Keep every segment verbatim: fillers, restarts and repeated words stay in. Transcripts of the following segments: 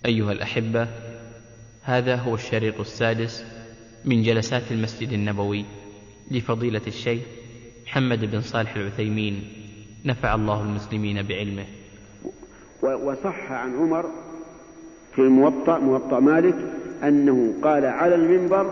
أيها الأحبة، هذا هو الشريط السادس من جلسات المسجد النبوي لفضيلة الشيخ محمد بن صالح العثيمين، نفع الله المسلمين بعلمه. وصح عن عمر في الموطأ موطأ مالك أنه قال على المنبر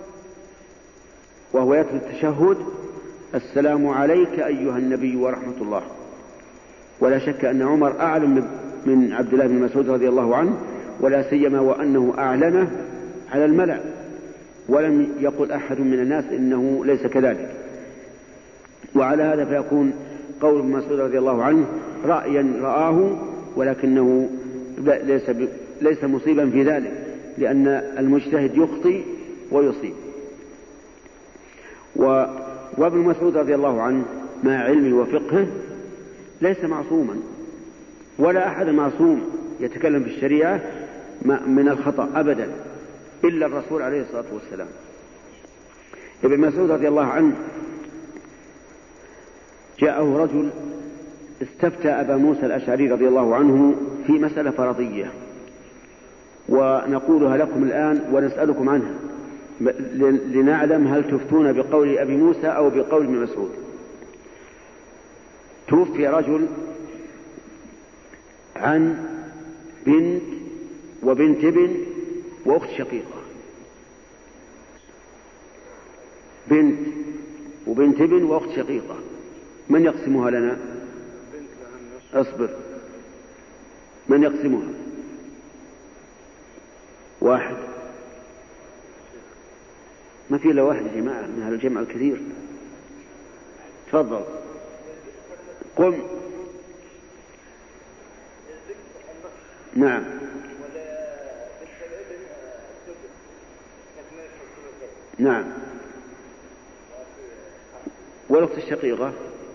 وهو يتلو التشهد: السلام عليك أيها النبي ورحمة الله. ولا شك أن عمر أعلم من عبد الله بن مسعود رضي الله عنه، ولا سيما وأنه أعلنه على الملأ، ولم يقل أحد من الناس إنه ليس كذلك. وعلى هذا فيكون قول ابن مسعود رضي الله عنه رأيا رآه، ولكنه ليس, ليس مصيبا في ذلك، لأن المجتهد يخطئ ويصيب. وابن مسعود رضي الله عنه مع علمه وفقهه ليس معصوما، ولا أحد معصوم يتكلم في الشريعة من الخطأ أبدا إلا الرسول عليه الصلاة والسلام. ابن مسعود رضي الله عنه جاءه رجل استفتى أبا موسى الأشعري رضي الله عنه في مسألة فرضية، ونقولها لكم الآن ونسألكم عنها لنعلم هل تفتون بقول أبي موسى أو بقول ابن مسعود. توفي رجل عن بنت وبنت ابن وأخت شقيقة، بنت وبنت ابن وأخت شقيقة، من يقسمها لنا؟ اصبر، من يقسمها؟ واحد، ما في إلا واحد يا جماعة من هذا الجمع الكثير. تفضل قم. نعم. نعم. والأخت الشقيقة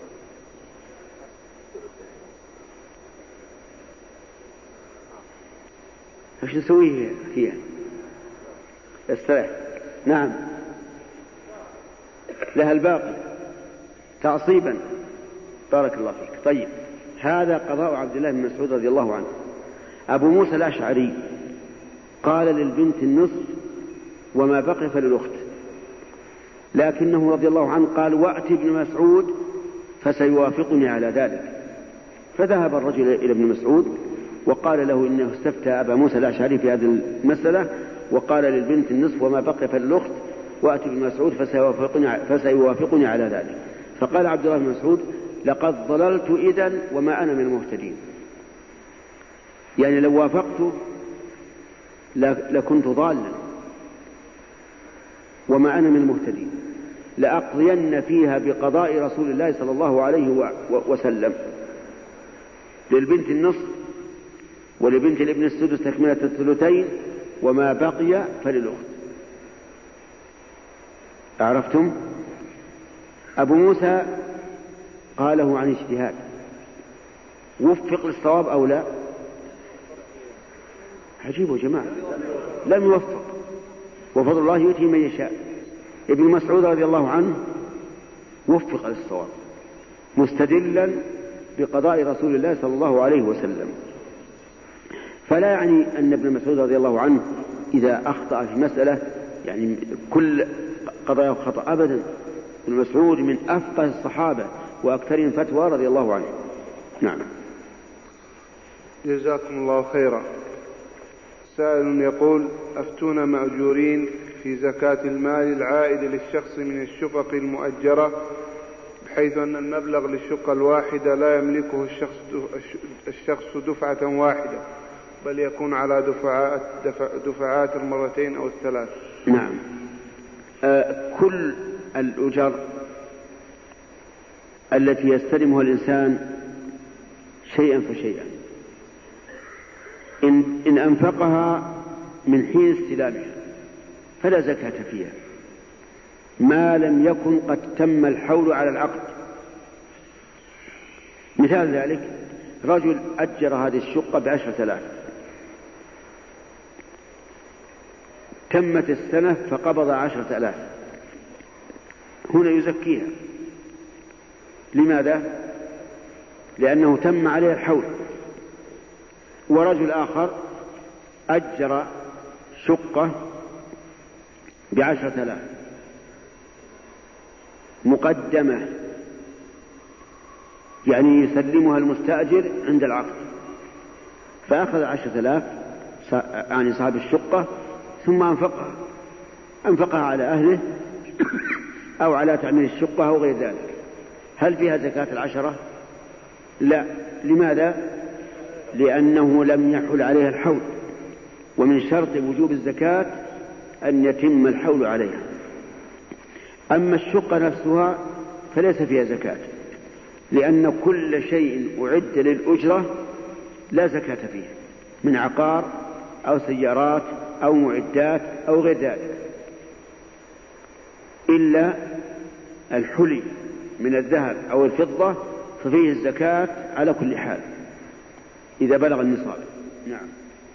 ايش نسويه فيها؟ استريح. نعم، لها الباقي تعصيبا. بارك الله فيك. طيب، هذا قضاء عبد الله بن مسعود رضي الله عنه. أبو موسى الأشعري قال للبنت النصف وما بقي فللأخت، لكنه رضي الله عنه قال: وأتي ابن مسعود فسيوافقني على ذلك. فذهب الرجل إلى ابن مسعود وقال له إنه استفتى أبا موسى الأشعري في هذه المسألة، وقال للبنت النصف وما بقي فللأخت، وأتي ابن مسعود فسيوافقني, فسيوافقني على ذلك. فقال عبد الله بن مسعود: لقد ضللت إذن وما أنا من المهتدين. يعني لو وافقت لكنت ضالا وما أنا من المهتدين، لأقضين فيها بقضاء رسول الله صلى الله عليه وسلم. للبنت النصف ولبنت الابن السدس تكملة الثلثين، وما بقي فللأخت. عرفتم؟ أبو موسى قاله عن اجتهاد، وفق للصواب أو لا؟ عجيب يا جماعة، لم يوفق، وفضل الله يؤتي من يشاء. ابن مسعود رضي الله عنه وفق للصواب مستدلا بقضاء رسول الله صلى الله عليه وسلم. فلا يعني أن ابن مسعود رضي الله عنه إذا أخطأ في مسألة يعني كل قضايا خطأ أبدا. ابن مسعود من أفقه الصحابة وأكثرهم فتوى رضي الله عنه. نعم. جزاكم الله خيرا. سائل يقول: أفتونا مأجورين في زكاة المال العائد للشخص من الشقق المؤجرة، بحيث أن المبلغ للشقة الواحدة لا يملكه الشخص, الشخص دفعة واحدة، بل يكون على دفعات, دفع دفعات المرتين أو الثلاث. نعم. آه كل الأجر التي يستلمها الإنسان شيئا فشيئا، إن, إن أنفقها من حين استلامها فلا زكاة فيها، ما لم يكن قد تم الحول على العقد. مثال ذلك: رجل أجر هذه الشقة بعشرة آلاف، تمت السنة فقبض عشرة آلاف، هنا يزكيها. لماذا؟ لأنه تم عليه الحول. ورجل آخر أجر شقة بعشرة آلاف مقدمة، يعني يسلمها المستأجر عند العقد، فأخذ عشرة آلاف يعني صاحب الشقة ثم أنفقها أنفقها على أهله أو على تعمير الشقة أو غير ذلك. هل فيها زكاة العشرة؟ لا. لماذا؟ لأنه لم يحل عليها الحول، ومن شرط وجوب الزكاة أن يتم الحول عليها. أما الشقة نفسها فليس فيها زكاة، لأن كل شيء أعد للأجرة لا زكاة فيه من عقار أو سيارات أو معدات أو غير ذلك، إلا الحلي من الذهب أو الفضة ففيه الزكاة على كل حال إذا بلغ النصاب. نعم.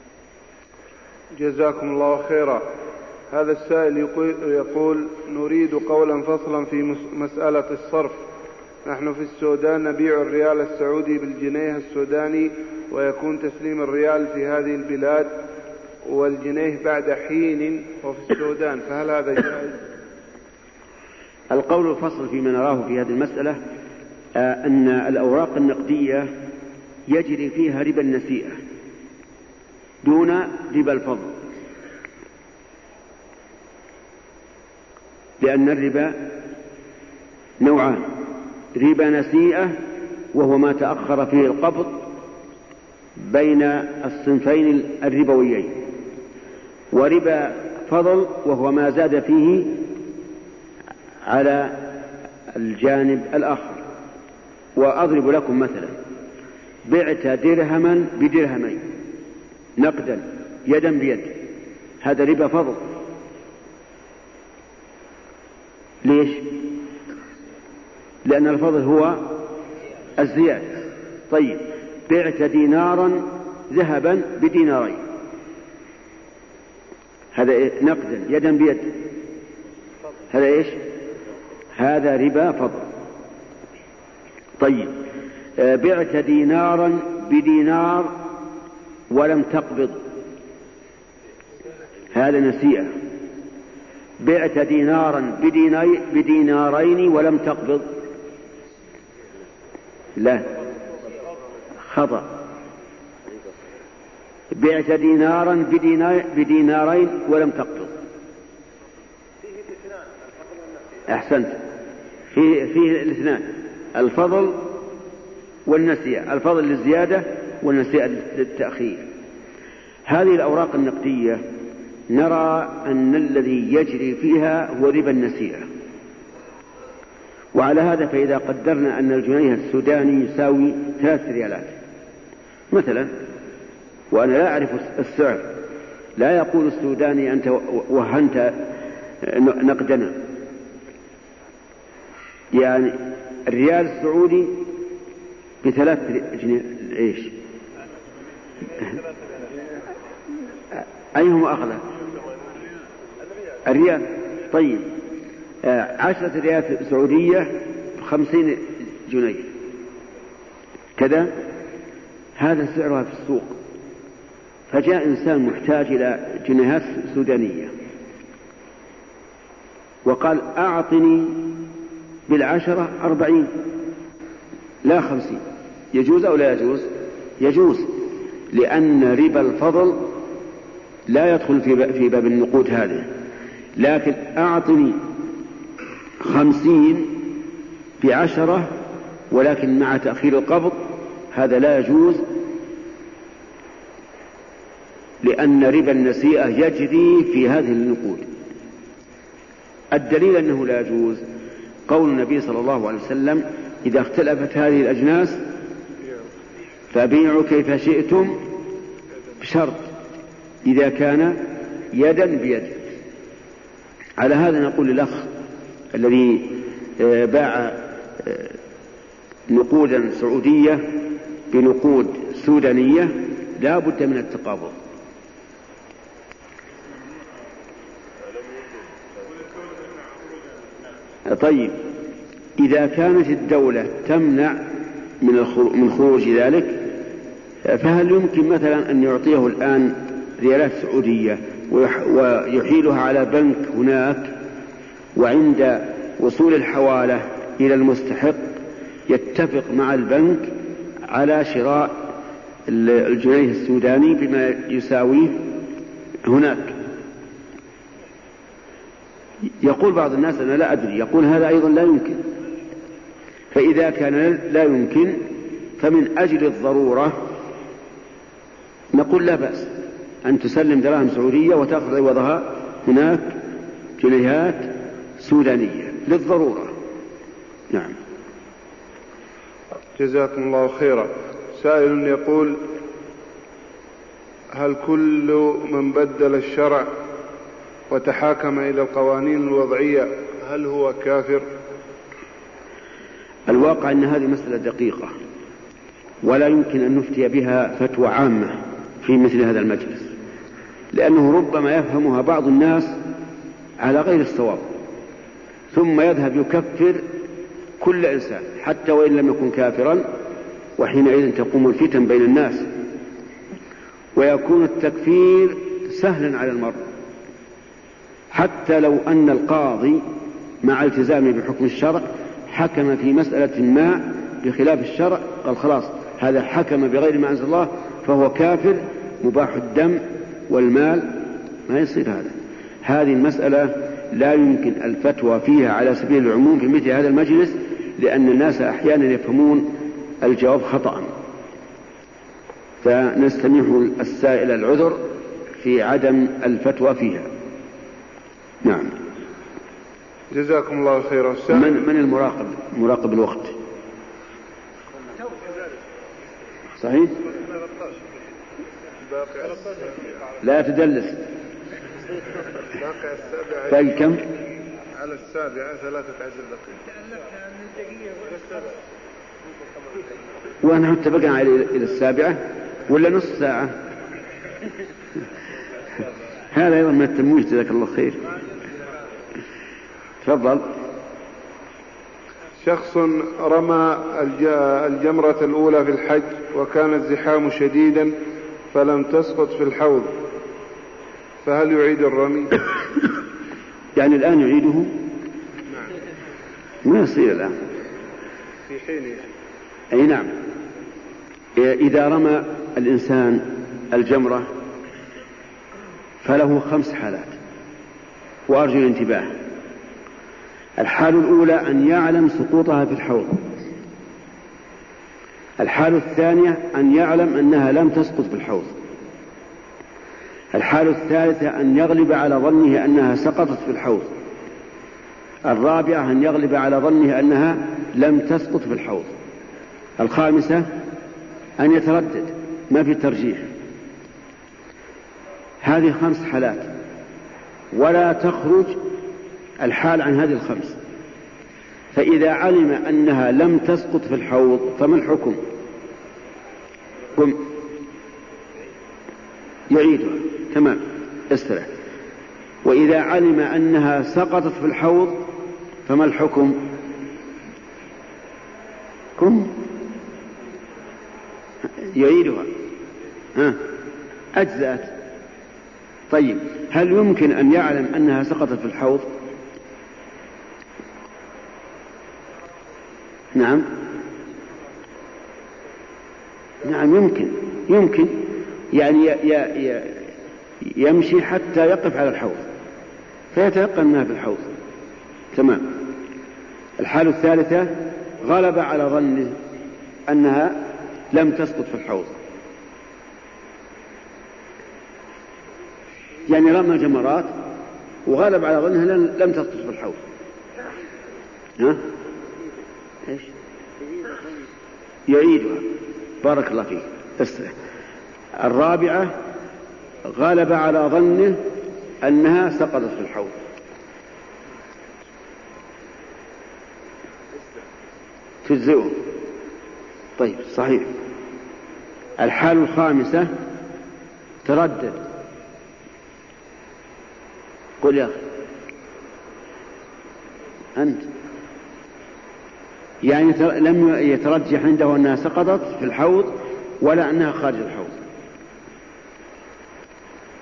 جزاكم الله خيرا. هذا السائل يقول: نريد قولا فصلا في مسألة الصرف. نحن في السودان نبيع الريال السعودي بالجنيه السوداني، ويكون تسليم الريال في هذه البلاد والجنيه بعد حين وفي السودان، فهل هذا جائز؟ القول الفصل فيما نراه في هذه المسألة أن الأوراق النقدية يجري فيها ربا النسيئة دون ربا الفضل، لأن الربا نوعان: ربا نسيئة وهو ما تأخر فيه القبض بين الصنفين الربويين، وربا فضل وهو ما زاد فيه على الجانب الآخر. وأضرب لكم مثلا: بعت درهما بدرهمين نقدا يدا بيد، هذا ربا فضل. ليش؟ لأن الفضل هو الزيادة. طيب، بعت دينارا ذهبا بدينارين، هذا نقدا يدا بيد، هذا إيش؟ هذا ربا فضل. طيب، بعت دينارا بدينار ولم تقبض، هذا نسيئة. بعت دينارا بدينارين ولم تقبض، لا، خطأ. بعت دينارا بدينارين ولم تقبض، أحسنت، فيه, فيه الاثنان، الفضل والنسيئة، الفضل للزيادة والنسيئة للتأخير. هذه الأوراق النقدية نرى أن الذي يجري فيها هو ربا النسيئة. وعلى هذا فإذا قدرنا أن الجنيه السوداني يساوي ثلاث ريالات مثلا، وأنا لا أعرف السعر، لا يقول السوداني أنت وهنت نقدنا، يعني الريال السعودي بثلاث جنيه إيش؟ أيهما أغلى؟ الريال. طيب، عشرة ريالات سعودية خمسين جنيه كذا، هذا سعرها في السوق. فجاء إنسان محتاج إلى جنيهات سودانية وقال: أعطني بالعشرة أربعين لا خمسين، يجوز أو لا يجوز؟ يجوز، لأن ربا الفضل لا يدخل في باب النقود هذه. لكن أعطني خمسين بعشرة ولكن مع تأخير القبض، هذا لا يجوز، لأن ربا النسيئة يجري في هذه النقود. الدليل أنه لا يجوز قول النبي صلى الله عليه وسلم: إذا اختلفت هذه الأجناس فبيعوا كيف شئتم، بشرط إذا كان يدا بيد. على هذا نقول للأخ الذي باع نقودا سعودية بنقود سودانية لا بد من التقابض. طيب، إذا كانت الدولة تمنع من خروج ذلك، فهل يمكن مثلا أن يعطيه الآن ريالات سعودية ويحيلها على بنك هناك، وعند وصول الحوالة إلى المستحق يتفق مع البنك على شراء الجنيه السوداني بما يساويه هناك. يقول بعض الناس أنا لا أدري، يقول هذا أيضا لا يمكن. فإذا كان لا يمكن فمن أجل الضرورة نقول لا بأس أن تسلم دراهم سعودية وتأخذ عوضها هناك جنيهات سودانية للضرورة. نعم. جزاكم الله خيرا. سائل يقول: هل كل من بدل الشرع وتحاكم إلى القوانين الوضعية هل هو كافر؟ الواقع أن هذه مسألة دقيقة ولا يمكن أن نفتي بها فتوى عامة في مثل هذا المجلس، لأنه ربما يفهمها بعض الناس على غير الصواب ثم يذهب يكفر كل إنسان حتى وإن لم يكن كافرا، وحينئذ تقوم الفتن بين الناس ويكون التكفير سهلا على المرء، حتى لو أن القاضي مع التزامه بحكم الشرع حكم في مسألة ما بخلاف الشرع، قال خلاص هذا حكم بغير ما أنزل الله فهو كافر مباح الدم والمال، ما يصير هذا. هذه المسألة لا يمكن الفتوى فيها على سبيل العموم في مثل هذا المجلس، لأن الناس أحيانا يفهمون الجواب خطأ، فنستميح السائل العذر في عدم الفتوى فيها. نعم. جزاكم الله خيرا. من, من المراقب مراقب الوقت؟ صحيح؟ لا تدلس. باقي كم؟ على السابعة ثلاثة عشر دقيقة. وأنا اتفقنا إلى السابعة ولا نصف ساعة؟ هذا أيضا من التمويل. جزاك الله خير. تفضل. شخص رمى الجمرة الأولى في الحج وكان الزحام شديدا فلم تسقط في الحوض، فهل يعيد الرمي؟ يعني الآن يعيده؟ ما يصير الآن في حينه. أي نعم. إذا رمى الإنسان الجمرة فله خمس حالات، وأرجو الانتباه. الحال الأولى أن يعلم سقوطها في الحوض. الحال الثانية أن يعلم أنها لم تسقط في الحوض. الحال الثالثة أن يغلب على ظنه أنها سقطت في الحوض. الرابعة أن يغلب على ظنه أنها لم تسقط في الحوض. الخامسة أن يتردد، ما في ترجيح. هذه خمس حالات ولا تخرج الحال عن هذه الخمس. فإذا علم أنها لم تسقط في الحوض فما الحكم؟ قم يعيدها. تمام. استرح. وإذا علم أنها سقطت في الحوض فما الحكم؟ قم يعيدها. ها أجزأت. طيب هل يمكن أن يعلم أنها سقطت في الحوض؟ نعم نعم يمكن يمكن يعني ي ي يمشي حتى يقف على الحوض فيتيقن أنها في الحوض. تمام. الحالة الثالثة غلب على ظنه أنها لم تسقط في الحوض، يعني رمى جمرات وغلب على ظنها لم تسقط في الحوض. ها إيش؟ يعيدها. بارك الله فيك. استرح. الرابعة غلب على ظنه أنها سقطت في الحوض. تجزئه. طيب صحيح. الحالة الخامسة تردد. قل يا أخي أنت، يعني لم يترجح عنده أنها سقطت في الحوض ولا أنها خارج الحوض.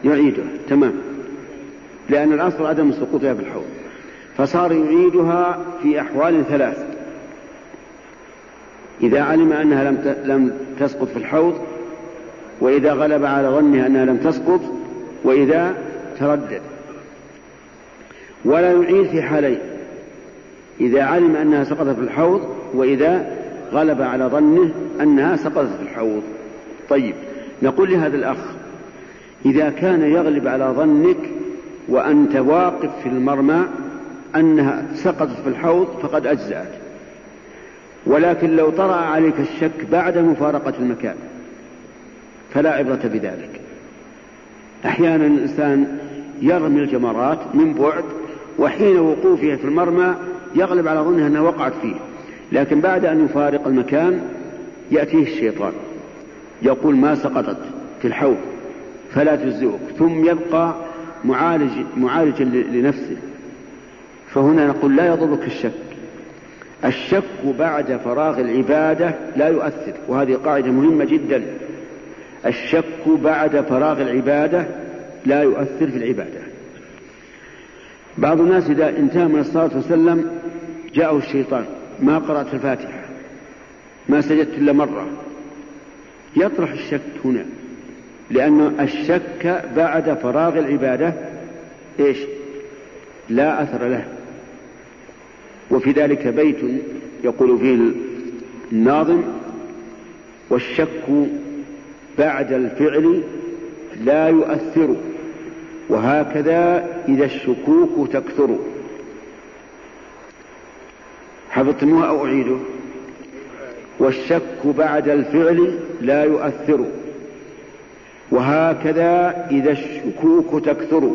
يعيدها تمام، لأن الأصل عدم سقوطها في الحوض، فصار يعيدها في أحوال ثلاث: إذا علم أنها لم تسقط في الحوض، وإذا غلب على ظنها أنها لم تسقط، وإذا تردد. ولا يعيد في حالين: إذا علم أنها سقطت في الحوض، وإذا غلب على ظنه أنها سقطت في الحوض. طيب، نقول لهذا الأخ: إذا كان يغلب على ظنك وأنت واقف في المرمى أنها سقطت في الحوض فقد أجزأت، ولكن لو طرأ عليك الشك بعد مفارقة المكان فلا عبرة بذلك. أحيانا الإنسان يرمي الجمرات من بعد، وحين وقوفها في المرمى يغلب على ظنها أنها وقعت فيه، لكن بعد أن يفارق المكان يأتيه الشيطان يقول ما سقطت في الحوض فلا تجزئك، ثم يبقى معالج معالجا لنفسه. فهنا نقول لا يضرك الشك، الشك بعد فراغ العبادة لا يؤثر، وهذه قاعدة مهمة جدا. الشك بعد فراغ العبادة لا يؤثر في العبادة. بعض الناس إذا انتهى من الصلاة وسلم جاءه الشيطان: ما قرأت الفاتحة، ما سجدت إلا مرة، يطرح الشك هنا، لأن الشك بعد فراغ العبادة إيش؟ لا أثر له. وفي ذلك بيت يقول فيه الناظم: والشك بعد الفعل لا يؤثر، وهكذا إذا الشكوك تكثر. حفظتموها أو أعيده؟ والشك بعد الفعل لا يؤثر، وهكذا إذا الشكوك تكثر.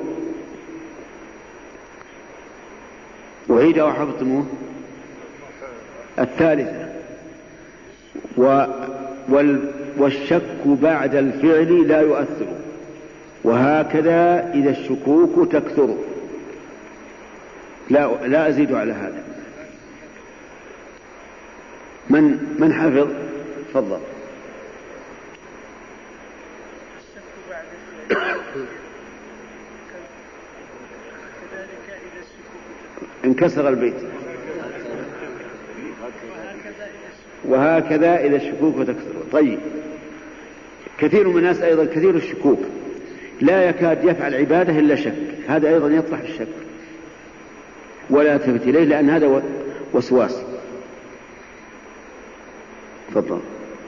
أعيد أو حفظتموه؟ الثالثة: و والشك بعد الفعل لا يؤثر، وهكذا إذا الشكوك تكثر. لا, لا أزيد على هذا. من من حفظ؟ تفضل. انكسر البيت. وهكذا إذا الشكوك تكثر. طيب، كثير من الناس أيضا كثير الشكوك، لا يكاد يفعل عبادة إلا شك، هذا أيضا يطرح الشك ولا تفت إليه، لأن هذا وسواس. تفضل.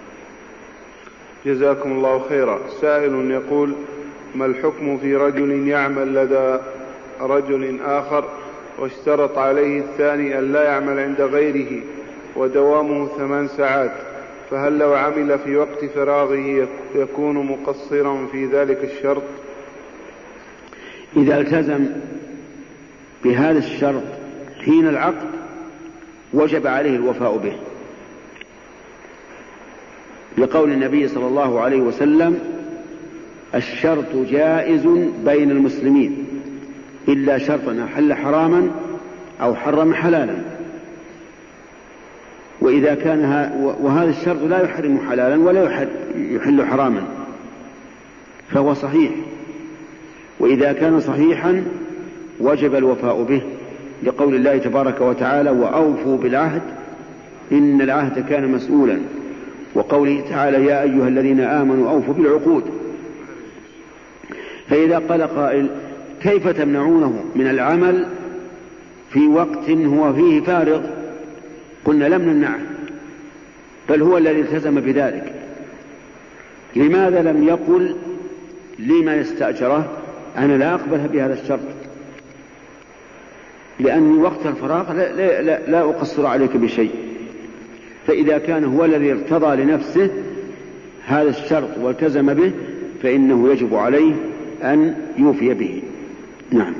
جزاكم الله خيرا. سائل يقول: ما الحكم في رجل يعمل لدى رجل آخر واشترط عليه الثاني أن لا يعمل عند غيره ودوامه ثمان ساعات، فهل لو عمل في وقت فراغه يكون مقصرا في ذلك الشرط؟ إذا التزم بهذا الشرط حين العقد وجب عليه الوفاء به، لقول النبي صلى الله عليه وسلم: الشرط جائز بين المسلمين إلا شرطا أحل حراما أو حرم حلالا. وإذا كان وهذا الشرط لا يحرم حلالا ولا يحل حراما فهو صحيح، وإذا كان صحيحا وجب الوفاء به، لقول الله تبارك وتعالى: وأوفوا بالعهد إن العهد كان مسؤولا، وقوله تعالى: يا أيها الذين آمنوا أوفوا بالعقود. فإذا قال قائل: كيف تمنعونه من العمل في وقت هو فيه فارغ؟ قلنا: لم نمنعه، بل هو الذي التزم بذلك. لماذا لم يقل لما يستأجره أنا لا أقبل بهذا الشرط؟ لأن وقت الفراغ لا, لا, لا, لا أقصر عليك بشيء. فإذا كان هو الذي ارتضى لنفسه هذا الشرط والتزم به فإنه يجب عليه أن يوفي به. نعم.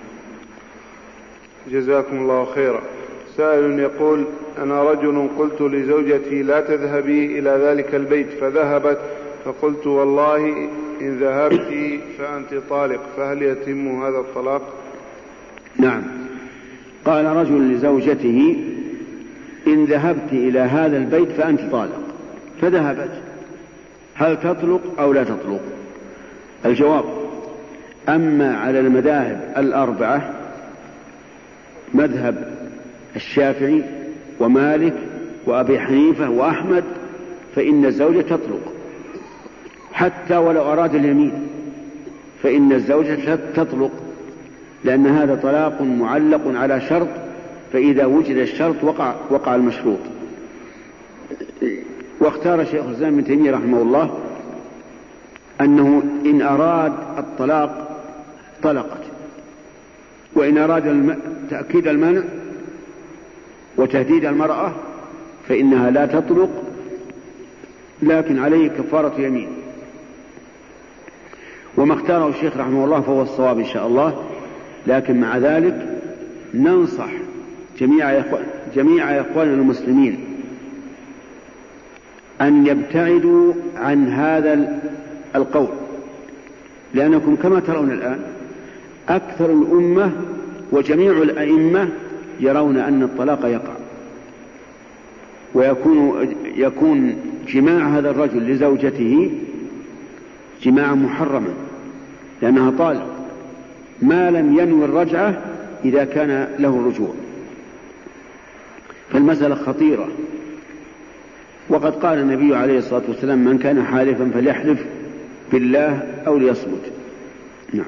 جزاكم الله خيرا. سائل يقول: أنا رجل قلت لزوجتي لا تذهبي إلى ذلك البيت فذهبت، فقلت والله إن ذهبت فأنت طالق، فهل يتم هذا الطلاق؟ نعم. قال رجل لزوجته: إن ذهبت إلى هذا البيت فأنت طالق، فذهبت، هل تطلق أو لا تطلق؟ الجواب: أما على المذاهب الأربعة مذهب الشافعي ومالك وأبي حنيفة وأحمد فإن الزوجة تطلق حتى ولو أراد اليمين، فإن الزوجة تطلق، لأن هذا طلاق معلق على شرط، فإذا وجد الشرط وقع, وقع المشروط. واختار شيخ الإسلام ابن تيمية رحمه الله أنه إن أراد الطلاق طلقت، وإن أراد الم... تأكيد المنع وتهديد المرأة فإنها لا تطلق، لكن عليه كفارة يمين. وما اختاره الشيخ رحمه الله فهو الصواب إن شاء الله، لكن مع ذلك ننصح جميع جميع إخواننا المسلمين أن يبتعدوا عن هذا القول، لأنكم كما ترون الآن أكثر الأمة وجميع الأئمة يرون أن الطلاق يقع، ويكون يكون جماع هذا الرجل لزوجته جماعا محرما، لأنها طالق ما لم ينوي الرجعة إذا كان له الرجوع. فالمسألة خطيرة. وقد قال النبي عليه الصلاة والسلام: من كان حالفا فليحلف بالله أو ليصمت. نعم.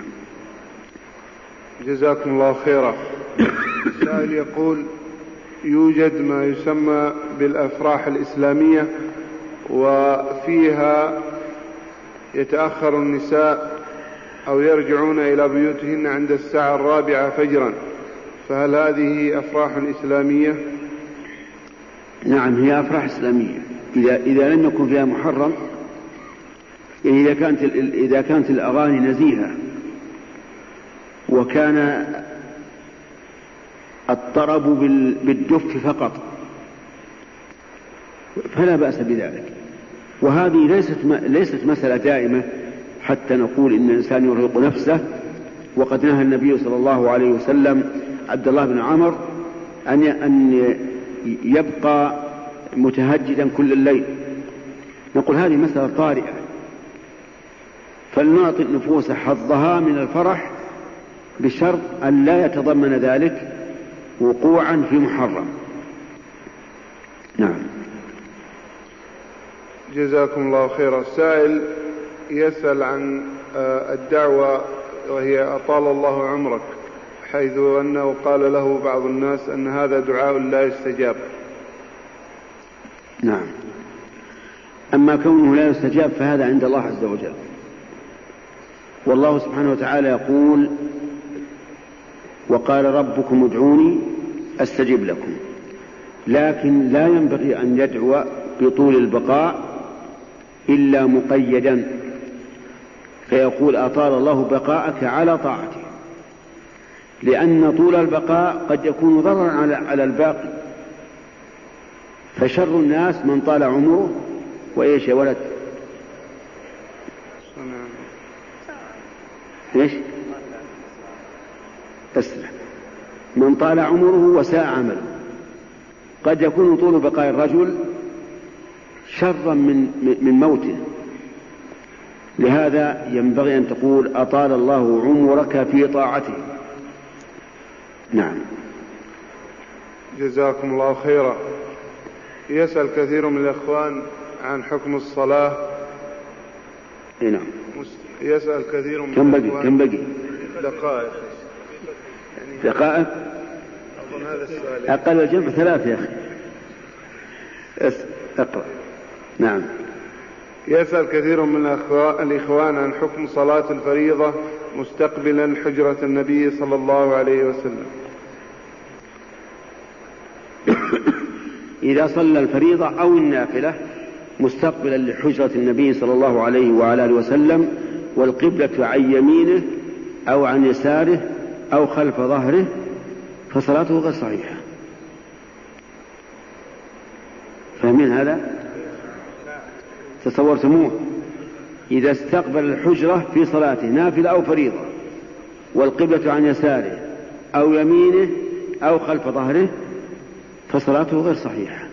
جزاكم الله خيرا. السائل يقول: يوجد ما يسمى بالأفراح الإسلامية، وفيها يتأخر النساء أو يرجعون إلى بيوتهن عند الساعة الرابعة فجرا، فهل هذه أفراح إسلامية؟ نعم، هي أفراح إسلامية إذا, إذا لم يكن فيها محرم، يعني إذا كانت, إذا كانت الأغاني نزيهة وكان الطرب بالدف فقط فلا بأس بذلك. وهذه ليست, ليست مسألة دائمة حتى نقول إن الإنسان يرهق نفسه. وقد نهى النبي صلى الله عليه وسلم عبد الله بن عمر أن يبقى متهجدا كل الليل. نقول هذه مسألة طارئة، فلنعطي النفوس حظها من الفرح بشرط أن لا يتضمن ذلك وقوعا في محرم. نعم. جزاكم الله خيرا. السائل يسأل عن الدعوة وهي أطال الله عمرك، حيث أنه قال له بعض الناس أن هذا دعاء لا يستجاب. نعم. أما كونه لا يستجاب فهذا عند الله عز وجل، والله سبحانه وتعالى يقول: وقال ربكم ادعوني أستجب لكم. لكن لا ينبغي أن يدعو بطول البقاء إلا مقيدا، فيقول: أطال الله بقاءك على طاعته، لأن طول البقاء قد يكون ضررا على الباقي. فشر الناس من طال عمره وإيش يا ولد؟ إيش؟ أسرع. من طال عمره وساء عمله. قد يكون طول بقاء الرجل شرا من من موته. لهذا ينبغي أن تقول: أطال الله عمرك في طاعته. نعم. جزاكم الله خيرا. يسأل كثير من الإخوان عن حكم الصلاة. نعم. يسأل كثير من كم بقي كم بقي دقائق دقائق أظن هذا السؤال أقل الجمع ثلاث يا أخي. اقرأ. نعم. يسأل كثير من الإخوان عن حكم صلاة الفريضة مستقبلا حجرة النبي صلى الله عليه وسلم. إذا صلى الفريضة أو النافلة مستقبلا لحجرة النبي صلى الله عليه وعلى آله وسلم، والقبلة عن يمينه أو عن يساره أو خلف ظهره، فصلاته غير صحيحة. فاهمين هذا؟ تصورتموه؟ إذا استقبل الحجرة في صلاته نافلة أو فريضة والقبلة عن يساره أو يمينه أو خلف ظهره، فصلاته غير صحيحة.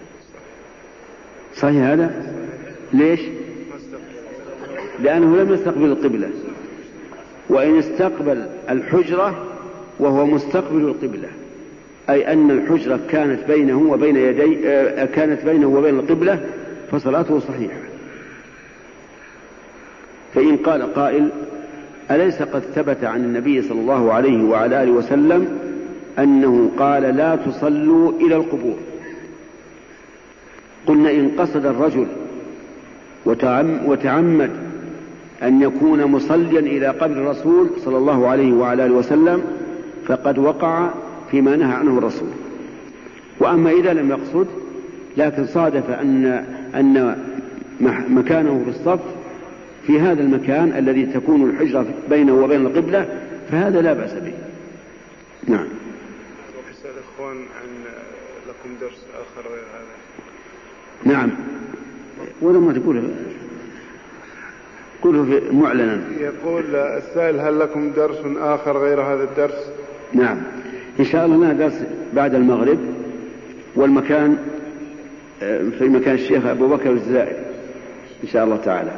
صحيح هذا؟ ليش؟ لأنه لم يستقبل القبلة. وإن استقبل الحجرة وهو مستقبل القبلة، أي أن الحجرة كانت بينه وبين يدي كانت بينه وبين القبلة فصلاته صحيحة. فإن قال قائل: أليس قد ثبت عن النبي صلى الله عليه وعلى آله وسلم أنه قال: لا تصلوا إلى القبور؟ قلنا: إن قصد الرجل وتعمد أن يكون مصليا إلى قبر الرسول صلى الله عليه وعلى آله وسلم فقد وقع فيما نهى عنه الرسول. وأما إذا لم يقصد لكن صادف أن أن مكانه في الصف في هذا المكان الذي تكون الحجرة بينه وبين القبلة فهذا لا بأس به. نعم. يسأل إخوان عن لكم درس آخر غير هذا. نعم، ولا ما تقوله قوله معلنا. يقول السائل: هل لكم درس آخر غير هذا الدرس؟ نعم، إن شاء الله لنا درس بعد المغرب، والمكان في مكان الشيخ أبو بكر الزائر إن شاء الله تعالى.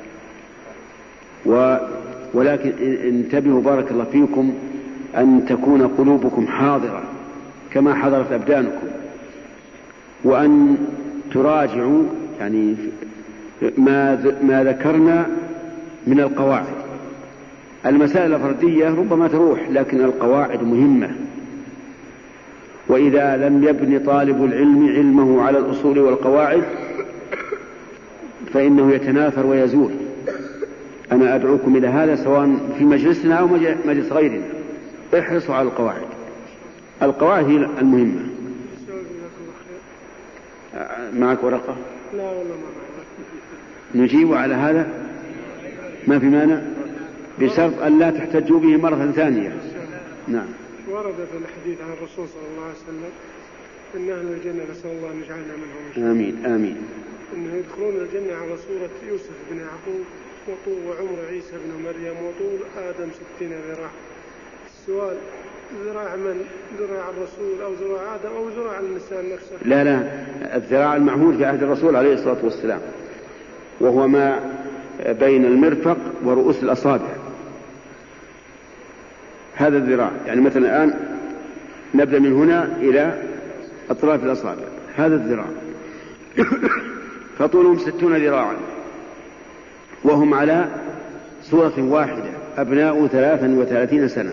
و ولكن انتبهوا بارك الله فيكم أن تكون قلوبكم حاضرة كما حضرت أبدانكم، وأن تراجعوا يعني ما ما ذكرنا من القواعد. المسائل الفردية ربما تروح، لكن القواعد مهمة. وإذا لم يبني طالب العلم علمه على الأصول والقواعد فإنه يتناثر ويزول. أنا أدعوكم إلى هذا سواء في مجلسنا أو مجلس غيرنا، احرصوا على القواعد. القواعد هي المهمة. معك ورقة؟ لا والله ما معك. نجيب على هذا ما في مانع، بشرط أن لا تحتجوا به مرة ثانية. نعم. ورد في الحديث عن الرسول صلى الله عليه وسلم إن أهل الجنة نسأل الله أن يجعلنا منهم. آمين آمين. إنه يدخلون الجنة على صورة يوسف بن يعقوب وطول وعمر عيسى بن مريم وطول آدم ستين ذراع. السؤال: ذراع من؟ ذراع الرسول أو ذراع آدم أو ذراع الإنسان نفسه؟ لا لا، الذراع المعهود في عهد الرسول عليه الصلاة والسلام، وهو ما بين المرفق ورؤوس الأصابع، هذا الذراع. يعني مثلا الآن نبدأ من هنا إلى أطراف الأصابع، هذا الذراع. فطولهم ستون ذراعا، وهم على صورة واحدة، أبناء ثلاثا وثلاثين سنة.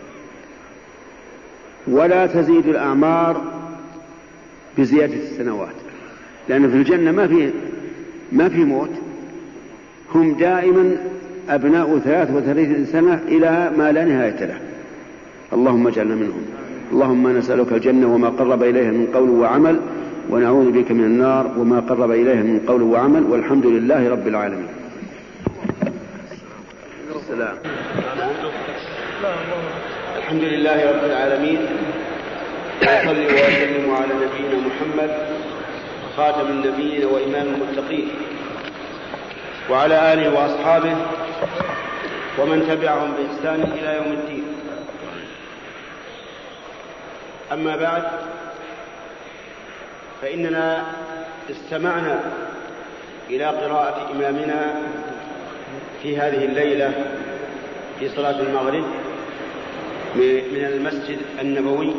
ولا تزيد الأعمار بزيادة السنوات، لأن في الجنة ما في ما في موت، هم دائما أبناء ثلاث وثلاثين سنة إلى ما لا نهاية له. اللهم اجعلنا منهم. اللهم نسألك الجنة وما قرب إليها من قول وعمل، ونعوذ بك من النار وما قرب إليها من قول وعمل، والحمد لله رب العالمين. السلام. الحمد لله رب العالمين، وصلي وسلم على نبينا محمد خاتم النبيين وإمام المتقين، وعلى آله وأصحابه ومن تبعهم بإحسان إلى يوم الدين. أما بعد، فإننا استمعنا إلى قراءة إمامنا في هذه الليلة في صلاة المغرب من المسجد النبوي،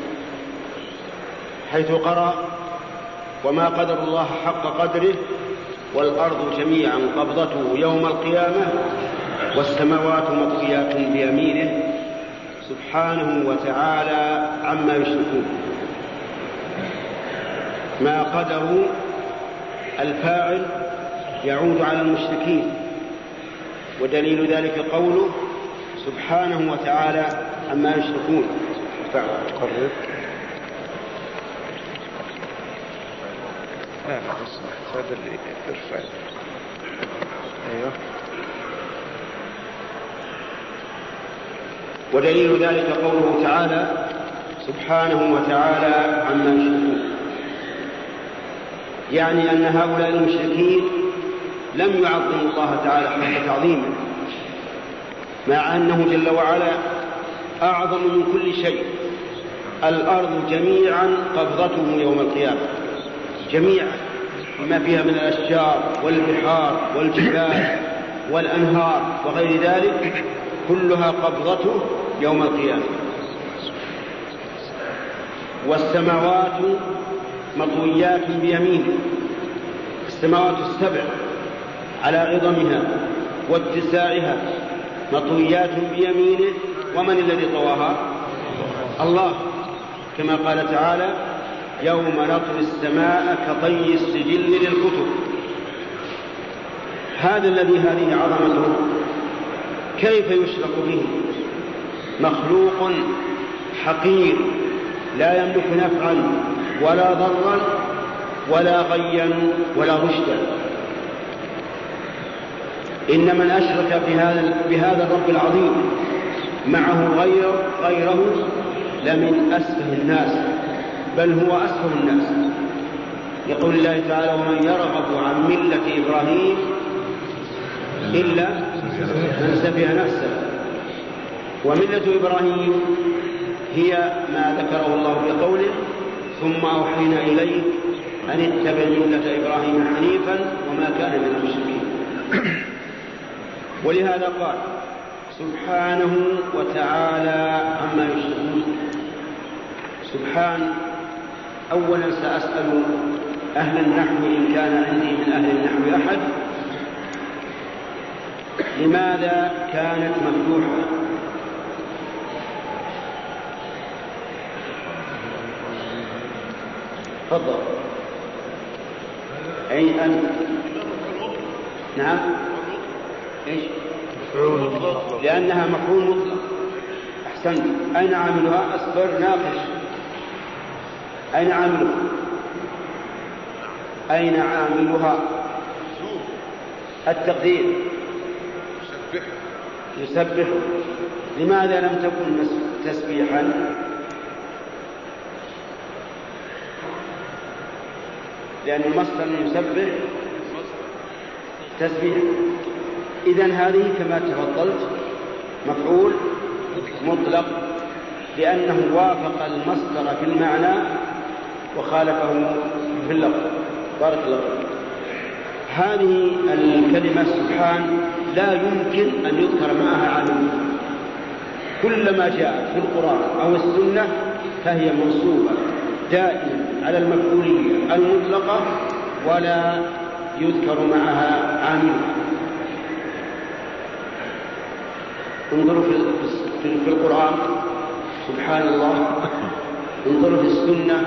حيث قرأ: وما قدر الله حق قدره والأرض جميعا قبضته يوم القيامة والسماوات مطويات بيمينه سبحانه وتعالى عما يشركون. ما قدروا الفاعل يعود على المشركين، ودليل ذلك قوله سبحانه وتعالى عما يشركون. قرب. لا بس هذا اللي يرفع. ايوه. ودليل ذلك قوله تعالى سبحانه وتعالى عما يشركون، يعني أن هؤلاء المشركين لم يعظموا الله تعالى حق تعظيمه، مع أنه جل وعلا أعظم من كل شيء. الأرض جميعا قبضته يوم القيامة، جميعا ما فيها من الأشجار. الأشجار والبحار والجبال والأنهار وغير ذلك، كله قبضته يوم القيامة. الأرض جميعا قبضته يوم القيامة، جميعا ما فيها من الأشجار والبحار والجبال والأنهار وغير ذلك، كله قبضته يوم القيامة، جميعا كلها قبضته يوم القيامة. والسماوات مطويات بيمينه، السماوات السبع على عظمها واتساعها مطويات بيمينه. ومن الذي طواها؟ الله، كما قال تعالى: يوم نطوي السماء كطي السجل للكتب. هذا الذي هذه عظمته كيف يشرك به؟ مخلوق حقير لا يملك نفعا ولا ضرا ولا غيا ولا رشدا. إن من أشرك بهذا, بهذا الرب العظيم معه غير غيره لمن أسفه الناس، بل هو أسفه الناس. يقول الله تعالى: ومن يرغب عن ملة إبراهيم إلا من سفه نفسه. وملة إبراهيم هي ما ذكره الله بقوله: ثم أوحينا إليك أن اتبع ملة إبراهيم حنيفا وما كان من المشركين. ولهذا قال سبحانه وتعالى عما يشركون. سبحان. أولا سأسأل أهل النحو إن كان عندي من أهل النحو أحد: لماذا كانت مفتوحة؟ تفضل. أي أن نعم إيش؟ لأنها مفعول مطلق. أحسنت. أين عاملها؟ أصبر ناقش. أين عاملها؟ أين عاملها؟ التقدير يسبح. لماذا لم تكن تسبيحا؟ لأن المصدر يسبح تسبيح. إذن هذه كما تفضلت مفعول مطلق، لأنه وافق المصدر في المعنى وخالفه في اللفظ. بارك الله. هذه الكلمة سبحان لا يمكن أن يذكر معها عامل. كلما جاء في القرآن أو السنة فهي منصوبة دائما على المفعولية المطلقة ولا يذكر معها عامل. انظروا في القرآن سبحان الله، انظروا في السنة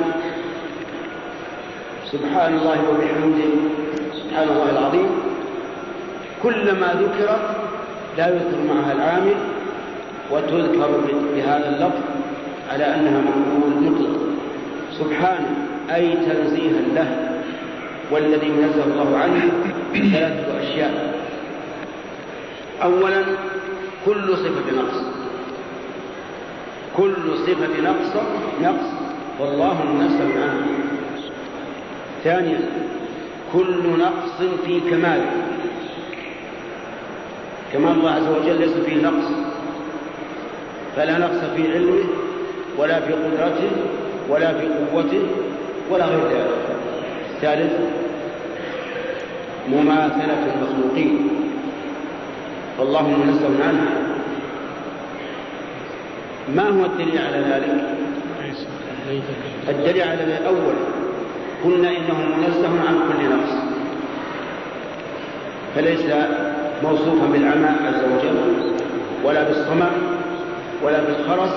سبحان الله وبحمده سبحان الله العظيم. كلما ذكرت لا يذكر معها العامل وتذكر بهذا اللفظ على أنها مفعول مطلق. سبحانه أي تنزيها له، والذي ينزه الله عنه ثلاثة أشياء. أولا كل صفة نقص، كل صفة نقص نقص والله منزه عنه. ثانيا كل نقص في كماله، كما الله عز وجل ليس فيه نقص، فلا نقص في علمه ولا في قدرته ولا في قوته ولا غير ذلك. الثالث مماثلة المخلوقين، فالله منزه عنه. ما هو الدليل على ذلك؟ الدليل على ذلك أول قلنا إنه منزه عن كل نقص، فليس موصوفا بالعمى عز وجل ولا بالصمم ولا بالخرس،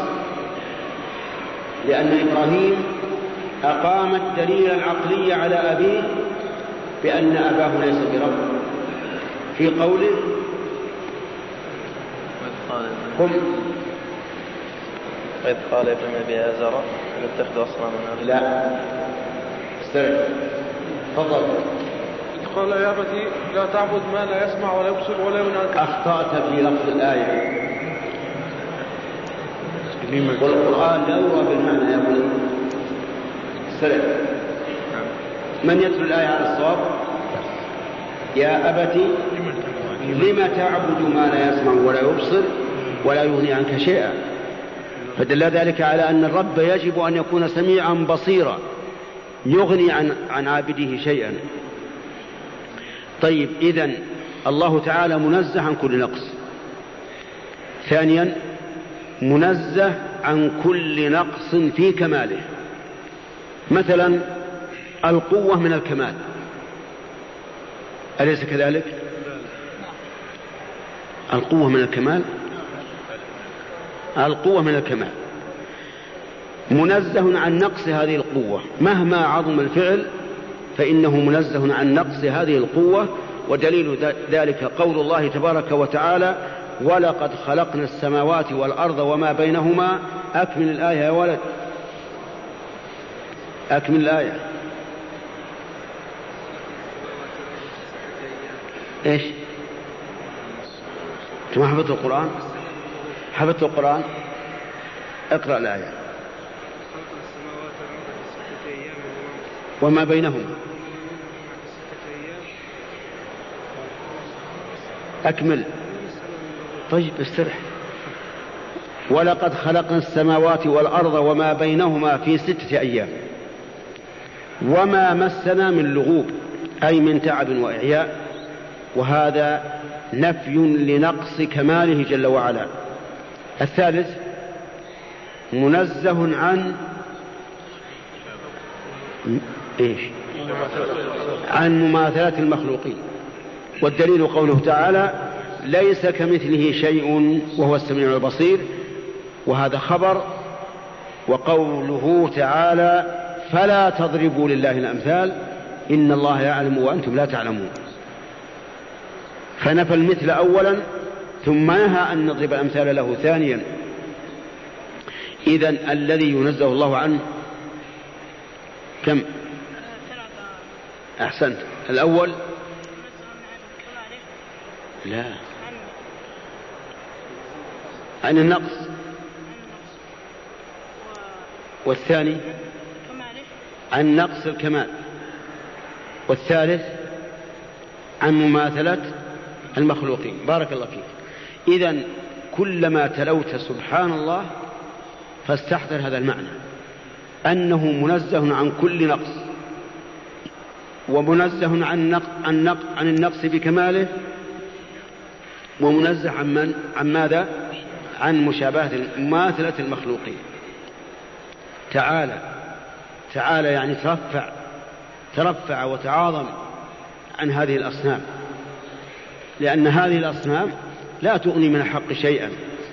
لأن إبراهيم أقام الدليل العقلي على أبيه بأن أباه ليس برب في قوله قم وإذ قال ابن أبي آزر نتخذ أصنامنا. لا استرع تفضل. قال يا أبتي لا تعبد ما لا يسمع ولا يبصر ولا يغني عنك. أخطأت في لفظ الآية، والقرآن لا يروى بالمعنى يا بني. استرع. من يتلو الآية على الصواب؟ يا أبتي لما تعبد ما لا يسمع ولا يبصر ولا يغني عنك شيئا. فدل ذلك على أن الرب يجب أن يكون سميعا بصيرا يغني عن, عن عابده شيئا. طيب إذن الله تعالى منزه عن كل نقص، ثانيا منزه عن كل نقص في كماله. مثلا القوة من الكمال، أليس كذلك؟ القوة من الكمال، القوة من الكمال، منزه عن نقص هذه القوة، مهما عظم الفعل فإنه منزه عن نقص هذه القوة. ودليل ذلك قول الله تبارك وتعالى: ولقد خلقنا السماوات والأرض وما بينهما. أكمل الآية يا ولد، أكمل الآية. إيش؟ أنتم حفظتوا القرآن؟ حفظتوا القرآن؟ اقرأ الآية. وما بينهما. أكمل. طيب استرح. ولقد خلقنا السماوات والأرض وما بينهما في ستة أيام وما مسنا من لغوب، أي من تعب وإعياء. وهذا نفي لنقص كماله جل وعلا. الثالث منزه عن إيش؟ عن مماثلة المخلوقين. والدليل قوله تعالى: ليس كمثله شيء وهو السميع البصير. وهذا خبر. وقوله تعالى: فلا تضربوا لله الأمثال إن الله يعلم وأنتم لا تعلمون. فنفى المثل أولا ثم نهى أن نضرب الأمثال له ثانيا. إذن الذي ينزه الله عنه كم؟ أحسنت. الأول لا عن النقص، والثاني عن نقص الكمال، والثالث عن مماثلة المخلوقين. بارك الله فيك. إذن كلما تلوت سبحان الله فاستحضر هذا المعنى، أنه منزه عن كل نقص، ومنزه عن نقص عن نقص عن النقص بكماله، ومنزه عن من عن ماذا؟ عن مشابهة مماثلة المخلوقين. تعالى تعالى يعني ترفع ترفع وتعاظم عن هذه الأصنام، لأن هذه الأصنام لا تغني من الحق شيئا.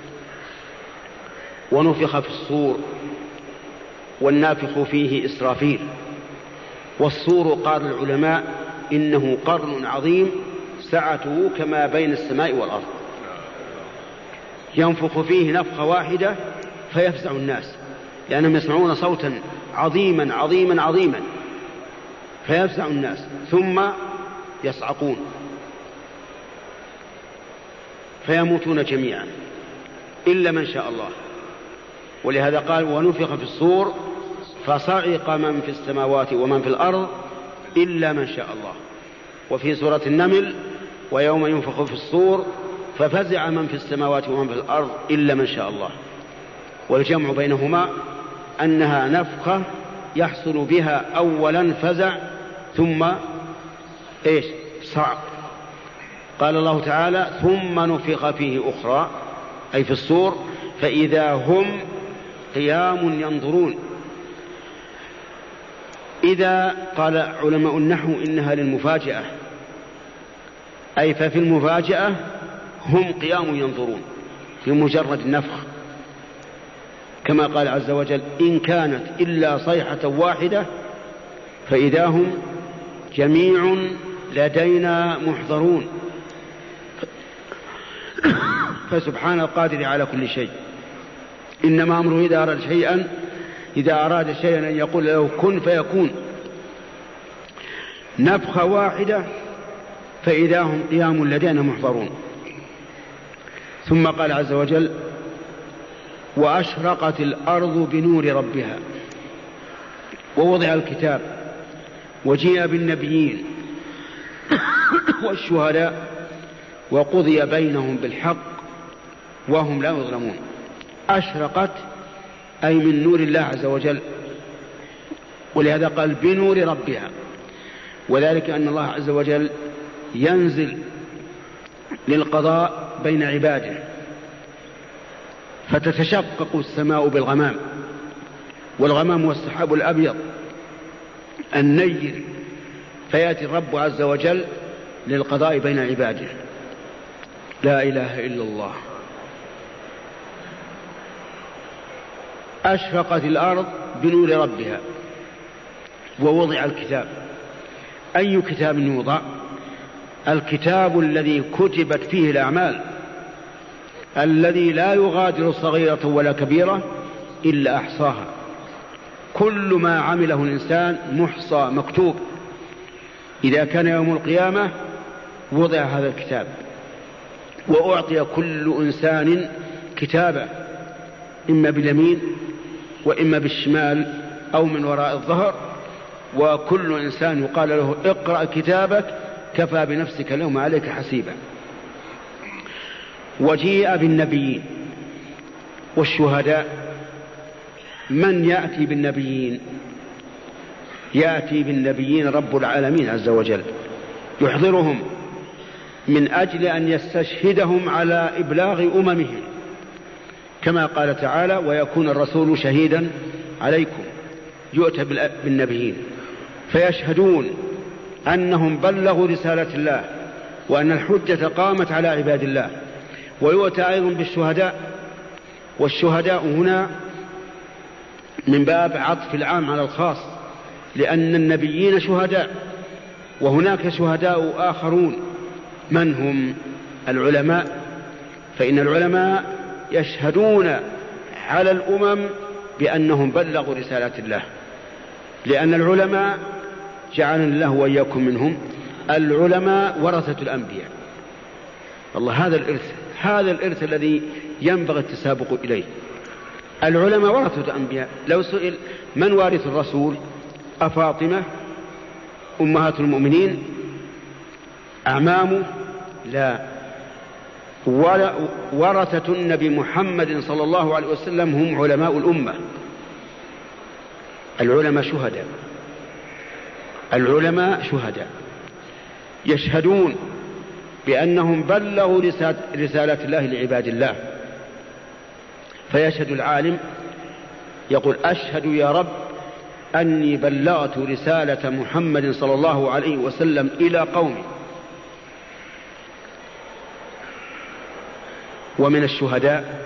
ونفخ في الصور والنافخ فيه إسرافيل. والصور قال العلماء إنه قرن عظيم سعته كما بين السماء والأرض، ينفخ فيه نفخة واحدة فيفزع الناس، لأنهم يسمعون صوتا عظيما عظيما عظيما فيفزع الناس، ثم يصعقون فيموتون جميعا إلا من شاء الله. ولهذا قال: ونفخ في الصور فصعق من في السماوات ومن في الأرض إلا من شاء الله. وفي سورة النمل: ويوم ينفخ في الصور ففزع من في السماوات ومن في الأرض إلا من شاء الله. والجمع بينهما أنها نفخة يحصل بها أولا فزع ثم إيش؟ صعق. قال الله تعالى: ثم نفخ فيه أخرى، أي في الصور، فإذا هم قيام ينظرون. إذا قال علماء النحو إنها للمفاجأة، أي ففي المفاجأة هم قيام ينظرون في مجرد النفخ، كما قال عز وجل: إن كانت إلا صيحة واحدة فإذا هم جميع لدينا محضرون. فسبحان القادر على كل شيء، إنما أمره إذا أراد شيئا إذا أراد شيئا أن يقول له كن فيكون. نفخة واحدة فإذا هم قيام لدينا محضرون. ثم قال عز وجل: وأشرقت الأرض بنور ربها ووضع الكتاب وجيء بالنبيين والشهداء وقضي بينهم بالحق وهم لا يظلمون. أشرقت أي من نور الله عز وجل، ولهذا قال بنور ربها، وذلك أن الله عز وجل ينزل للقضاء بين عباده فتتشقق السماء بالغمام، والغمام هو السحاب الأبيض النير، فيأتي الرب عز وجل للقضاء بين عباده. لا إله إلا الله. أشرقت الأرض بنور ربها ووضع الكتاب. أي كتاب يوضع؟ الكتاب الذي كتبت فيه الأعمال، الذي لا يغادر صغيرة ولا كبيرة إلا أحصاها. كل ما عمله الإنسان محصى مكتوب. إذا كان يوم القيامة وضع هذا الكتاب، وأعطي كل إنسان كتابه، إما باليمين وإما بالشمال أو من وراء الظهر، وكل إنسان يقال له اقرأ كتابك كفى بنفسك اليوم عليك حسيبا. وجيء بالنبيين والشهداء. من يأتي بالنبيين؟ يأتي بالنبيين رب العالمين عز وجل، يحضرهم من أجل أن يستشهدهم على إبلاغ أممهم، كما قال تعالى ويكون الرسول شهيدا عليكم. يؤتى بالنبيين فيشهدون أنهم بلغوا رسالة الله وأن الحجة قامت على عباد الله. ويؤتى أيضا بالشهداء، والشهداء هنا من باب عطف العام على الخاص، لأن النبيين شهداء، وهناك شهداء آخرون. من هم؟ العلماء. فإن العلماء يشهدون على الأمم بأنهم بلغوا رسالة الله، لأن العلماء جعلنا الله وإياكم منهم. العلماء ورثة الأنبياء. الله هذا الإرث، هذا الإرث الذي ينبغي التسابق إليه. العلماء ورثة الأنبياء. لو سئل من وارث الرسول؟ أفاطمة أمهات المؤمنين؟ أعمامه؟ لا. ورثة النبي محمد صلى الله عليه وسلم هم علماء الأمة. العلماء شهداء، العلماء شهداء يشهدون بأنهم بلغوا رسالة الله لعباد الله. فيشهد العالم يقول أشهد يا رب أني بلغت رسالة محمد صلى الله عليه وسلم إلى قومي. ومن الشهداء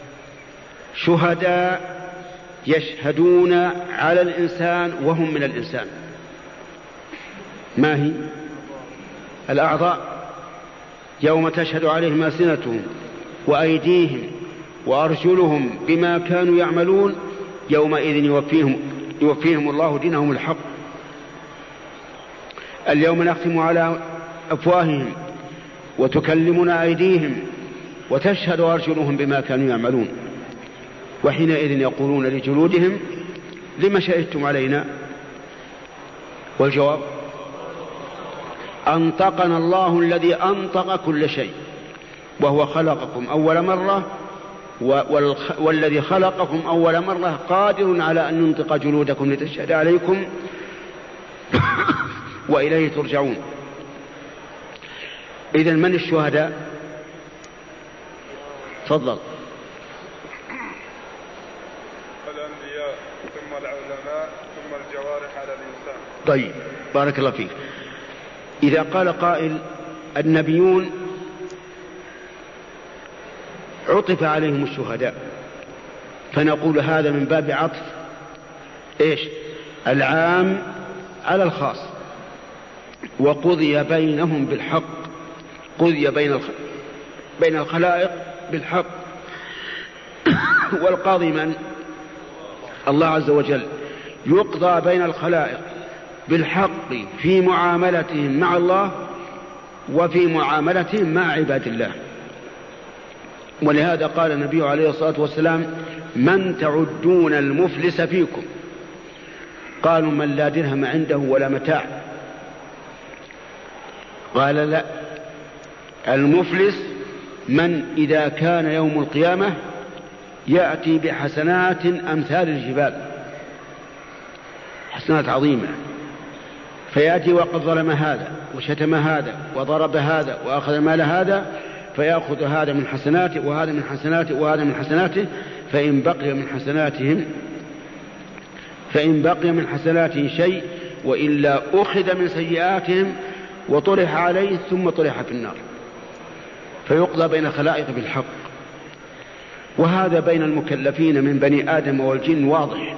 شهداء يشهدون على الإنسان وهم من الإنسان. ما هي؟ الأعضاء. يوم تشهد عليهم ألسنتهم وأيديهم وأرجلهم بما كانوا يعملون يومئذ يوفيهم, يوفيهم الله دينهم الحق. اليوم نختم على أفواههم وتكلمنا أيديهم وتشهد أرجلهم بما كانوا يعملون. وحينئذ يقولون لجلودهم لما شهدتم علينا؟ والجواب أنطقنا الله الذي أنطق كل شيء وهو خلقكم أول مرة، والذي خلقكم أول مرة قادر على أن ينطق جلودكم لتشهد عليكم وإليه ترجعون. إذن من الشهداء؟ تفضل. الأنبياء ثم العلماء ثم الجوارح على الإنسان. طيب بارك الله فيك. إذا قال قائل النبيون عطف عليهم الشهداء، فنقول هذا من باب عطف إيش؟ العام على الخاص. وقضي بينهم بالحق، قضي بين بين الخلائق بالحق. والقاضي من؟ الله عز وجل. يقضى بين الخلائق بالحق في معاملتهم مع الله وفي معاملتهم مع عباد الله. ولهذا قال النبي عليه الصلاة والسلام من تعدون المفلس فيكم؟ قالوا من لا درهم عنده ولا متاع. قال لا، المفلس من إذا كان يوم القيامة يأتي بحسنات أمثال الجبال، حسنات عظيمة، فيأتي وقد ظلم هذا وشتم هذا وضرب هذا وأخذ مال هذا، فيأخذ هذا من حسناته وهذا من حسناته وهذا من حسناته، فإن بقي من حسناتهم فإن بقي من حسناته شيء وإلا أخذ من سيئاتهم وطرح عليه ثم طرح في النار، فيقضى بين الخلائق بالحق. وهذا بين المكلفين من بني آدم والجن واضح.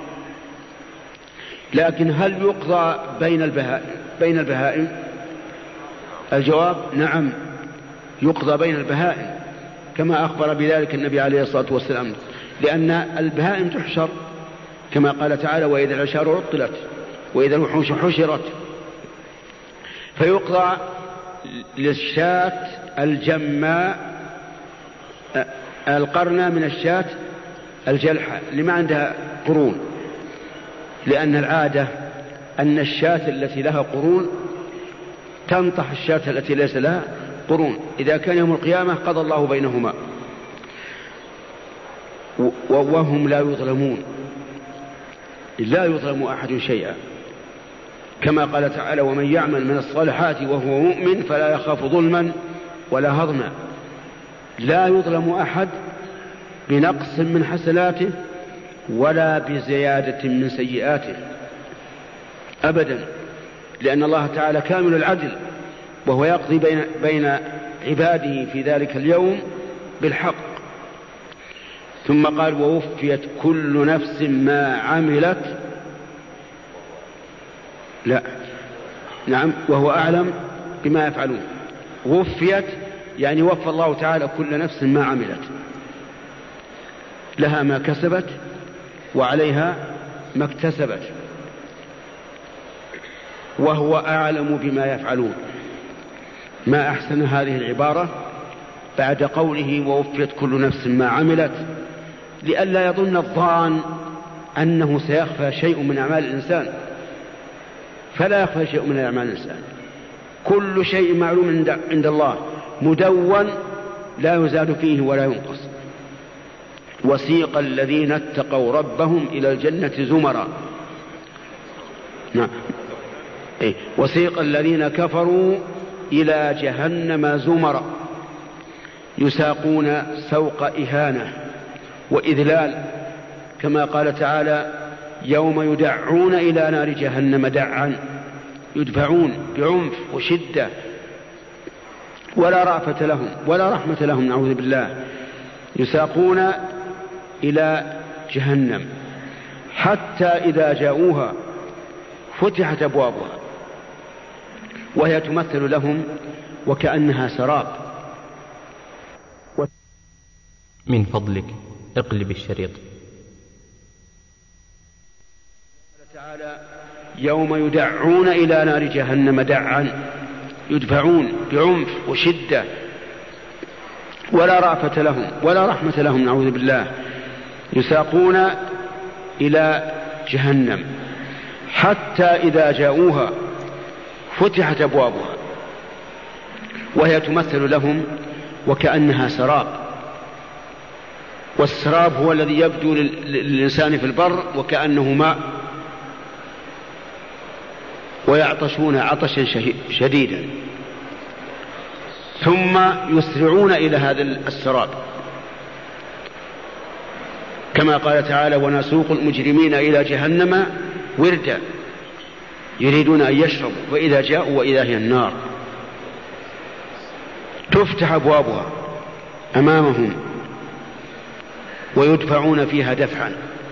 لكن هل يقضى بين البهائم بين البهائم؟ الجواب نعم، يقضى بين البهائم كما أخبر بذلك النبي عليه الصلاة والسلام، لأن البهائم تحشر كما قال تعالى: وإذا العشار عطلت وإذا الوحوش حشرت. فيقضى للشاة الجماء القرنة من الشاة الجلحة لما عندها قرون، لأن العادة أن الشاة التي لها قرون تنطح الشاة التي ليس لها قرون. إذا كان يوم القيامة قضى الله بينهما وهم لا يظلمون، لا يظلم أحد شيئا، كما قال تعالى: ومن يعمل من الصالحات وهو مؤمن فلا يخاف ظلما ولا هضما. لا يظلم أحد بنقص من حسناته ولا بزيادة من سيئاته أبدا، لأن الله تعالى كامل العدل، وهو يقضي بين, بين عباده في ذلك اليوم بالحق. ثم قال: ووفيت كل نفس ما عملت. لا نعم، وهو أعلم بما يفعلون. وفيت يعني وفى الله تعالى كل نفس ما عملت، لها ما كسبت وعليها ما اكتسبت، وهو أعلم بما يفعلون. ما أحسن هذه العبارة بعد قوله: ووفيت كل نفس ما عملت، لئلا يظن الظان أنه سيخفى شيء من أعمال الإنسان، فلا يخفى شيء من أعمال الإنسان. كل شيء معلوم عند الله مدون لا يزاد فيه ولا ينقص. وسيق الذين اتقوا ربهم إلى الجنة زمرا. نعم. إيه؟ وسيق الذين كفروا إلى جهنم زمرا يساقون سوق إهانة وإذلال، كما قال تعالى: يوم يدعون إلى نار جهنم دعا، يدفعون بعنف وشدة ولا رأفة لهم ولا رحمة لهم، نعوذ بالله. يساقون إلى جهنم حتى إذا جاءوها فتحت أبوابها وهي تمثل لهم وكأنها سراب. من فضلك اقلب الشريط. تعالى: يوم يدعون إلى نار جهنم دعا، يدفعون بعنف وشدة ولا رأفة لهم ولا رحمة لهم، نعوذ بالله. يساقون إلى جهنم حتى إذا جاءوها فتحت أبوابها وهي تمثل لهم وكأنها سراب. والسراب هو الذي يبدو للإنسان في البر وكأنه ماء، ويعطشون عطشا شديدا، ثم يسرعون إلى هذا السراب، كما قال تعالى: ونسوق المجرمين إلى جهنم وردا يريدون أن يشربوا وإذا جاءوا وإذا هي النار. تفتح أبوابها أمامهم ويدفعون فيها دفعا.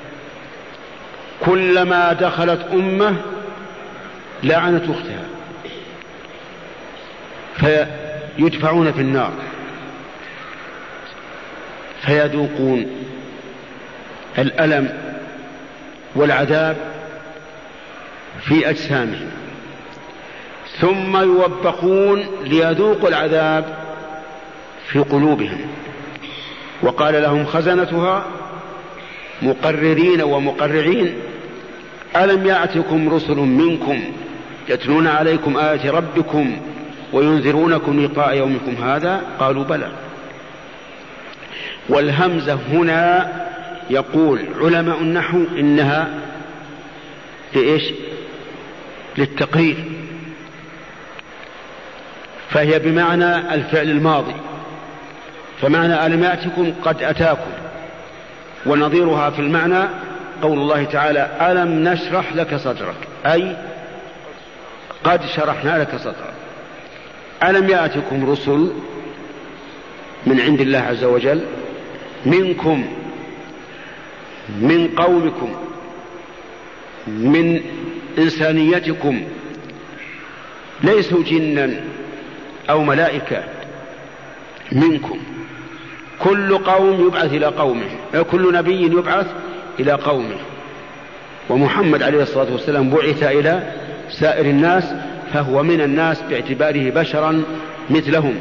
كلما دخلت أمة لعنت أختها فيدفعون في النار فيذوقون الألم والعذاب في أجسامهم، ثم يوبخون ليذوقوا العذاب في قلوبهم. وقال لهم خزنتها مقررين ومقرعين: ألم يأتكم رسل منكم يتلون عليكم آيات ربكم وينذرونكم لقاء يومكم هذا؟ قالوا بلى. والهمزة هنا يقول علماء النحو إنها لإيش؟ للتقرير، فهي بمعنى الفعل الماضي، فمعنى ألم يأتكم قد أتاكم، ونظيرها في المعنى قول الله تعالى ألم نشرح لك صدرك، أي قد شرحنا لك صدرك. ألم يأتكم رسل من عند الله عز وجل منكم من قومكم من إنسانيتكم، ليسوا جنا أو ملائكة، منكم. كل قوم يبعث إلى قومه، كل نبي يبعث إلى قومه، ومحمد عليه الصلاة والسلام بعث إلى سائر الناس، فهو من الناس باعتباره بشرا مثلهم.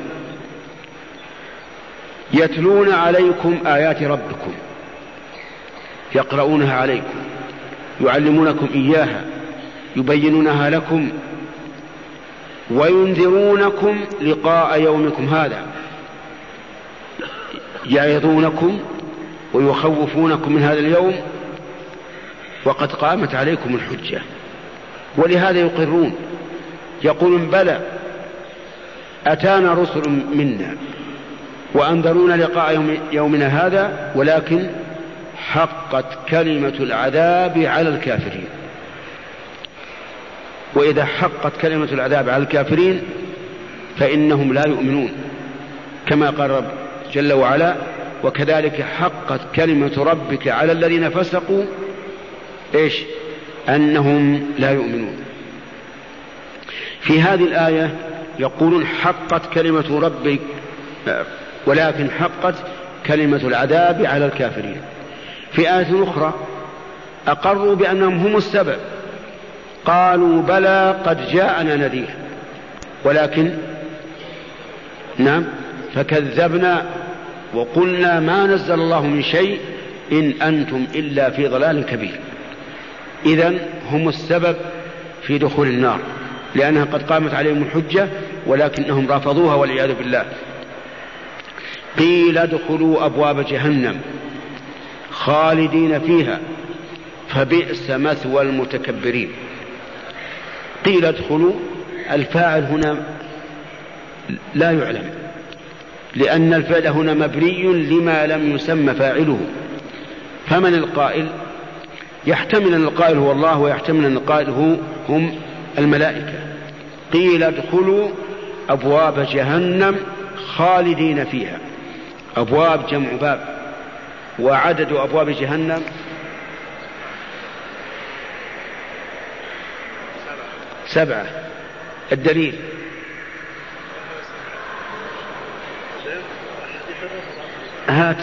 يتلون عليكم آيات ربكم، يقرؤونها عليكم، يعلمونكم إياها، يبينونها لكم، وينذرونكم لقاء يومكم هذا، يعظونكم ويخوفونكم من هذا اليوم وقد قامت عليكم الحجة. ولهذا يقرون، يقولون بلى أتانا رسل منا وأنذرونا لقاء يوم يومنا هذا، ولكن حقت كلمة العذاب على الكافرين. وإذا حقت كلمة العذاب على الكافرين فإنهم لا يؤمنون، كما قال رب جل وعلا وكذلك حقت كلمة ربك على الذين فسقوا إيش؟ أنهم لا يؤمنون. في هذه الآية يقولون حقت كلمة ربك، ولكن حقت كلمة العذاب على الكافرين. في آية أخرى أقروا بأنهم هم السبب، قالوا بلى قد جاءنا نذير، ولكن نعم فكذبنا وقلنا ما نزل الله من شيء إن أنتم إلا في ضلال كبير. إذن هم السبب في دخول النار، لأنها قد قامت عليهم الحجة ولكنهم رفضوها والعياذ بالله. قيل ادخلوا أبواب جهنم خالدين فيها فبئس مثوى المتكبرين. قيل ادخلوا، الفاعل هنا لا يعلم، لأن الفعل هنا مبني لما لم يسمى فاعله. فمن القائل؟ يحتمل أن القائل هو الله، ويحتمل أن القائل هو هم الملائكة. قيل ادخلوا أبواب جهنم خالدين فيها. أبواب جمع باب، وعدد أبواب جهنم سبعة. الدليل هات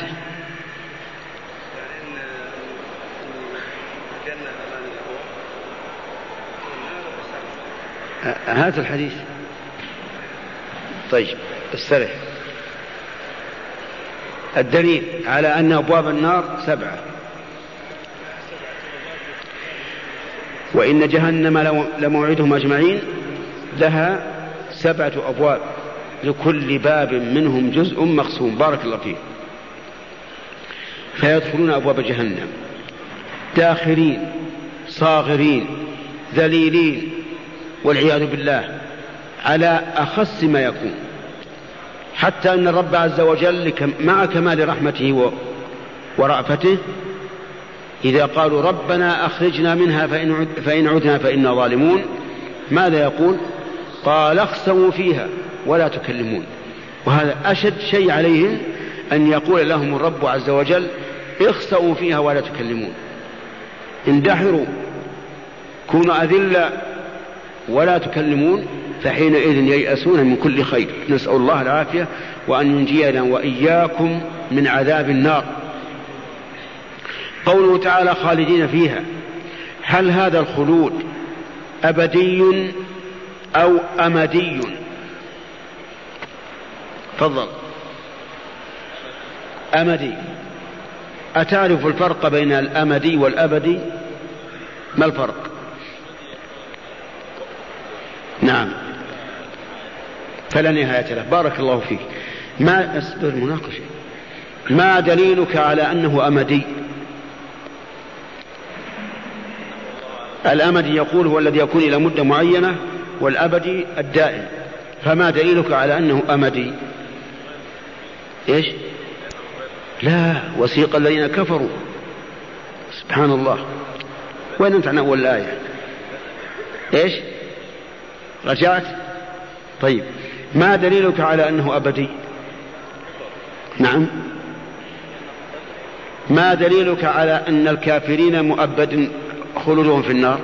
هات الحديث. طيب استرح. الدليل على أن أبواب النار سبعة. وإن جهنم لموعدهم أجمعين لها سبعة أبواب لكل باب منهم جزء مقسوم. بارك الله فيه. فيدخلون أبواب جهنم داخرين صاغرين ذليلين والعياذ بالله على أخص ما يكون، حتى أن الرب عز وجل مع كمال رحمته ورأفته إذا قالوا ربنا أخرجنا منها فإن عدنا فإنا ظالمون، ماذا يقول؟ قال اخسئوا فيها ولا تكلمون. وهذا أشد شيء عليهم أن يقول لهم الرب عز وجل اخسئوا فيها ولا تكلمون، اندحروا، كونوا أذلة ولا تكلمون، فحينئذ ييأسون من كل خير. نسأل الله العافية وأن ينجينا وإياكم من عذاب النار. قوله تعالى خالدين فيها، هل هذا الخلود أبدي أو أمدي؟ تفضل. أمدي. أتعرف الفرق بين الأمدي والأبدي؟ ما الفرق؟ نعم فلا نهاية له. بارك الله فيك. ما أسبب المناقشة؟ ما دليلك على أنه أمدي؟ الأمدي يقول هو الذي يكون إلى مدة معينة، والأبدي الدائم. فما دليلك على أنه أمدي؟ إيش؟ لا، وسيق الذين كفروا. سبحان الله. وين أنت عن أول الآية؟ إيش؟ رجعت؟ طيب، ما دليلك على أنه أبدي؟ نعم، ما دليلك على أن الكافرين مؤبد خلودهم في النار؟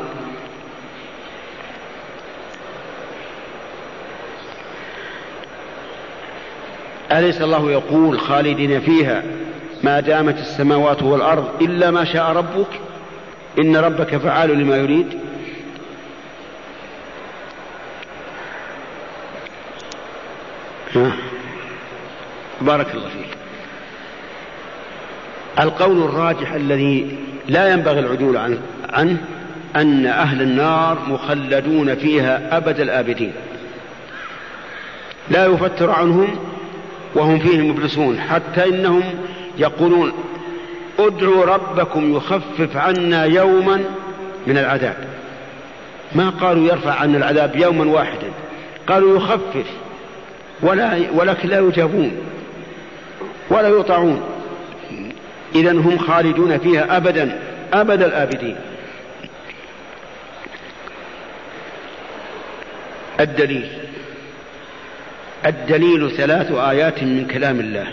أليس الله يقول خالدين فيها ما دامت السماوات والأرض إلا ما شاء ربك إن ربك فعال لما يريد؟ بارك الله فيك. القول الراجح الذي لا ينبغي العدول عنه, عنه أن أهل النار مخلدون فيها أبد الآبدين، لا يفتر عنهم وهم فيه مبلسون، حتى إنهم يقولون ادعوا ربكم يخفف عنا يوما من العذاب. ما قالوا يرفع عنا العذاب يوما واحدا، قالوا يخفف، ولا ولكن لا يجابون ولا يطاعون. إذن هم خالدون فيها أبدا أبد الآبدين. الدليل الدليل ثلاث آيات من كلام الله.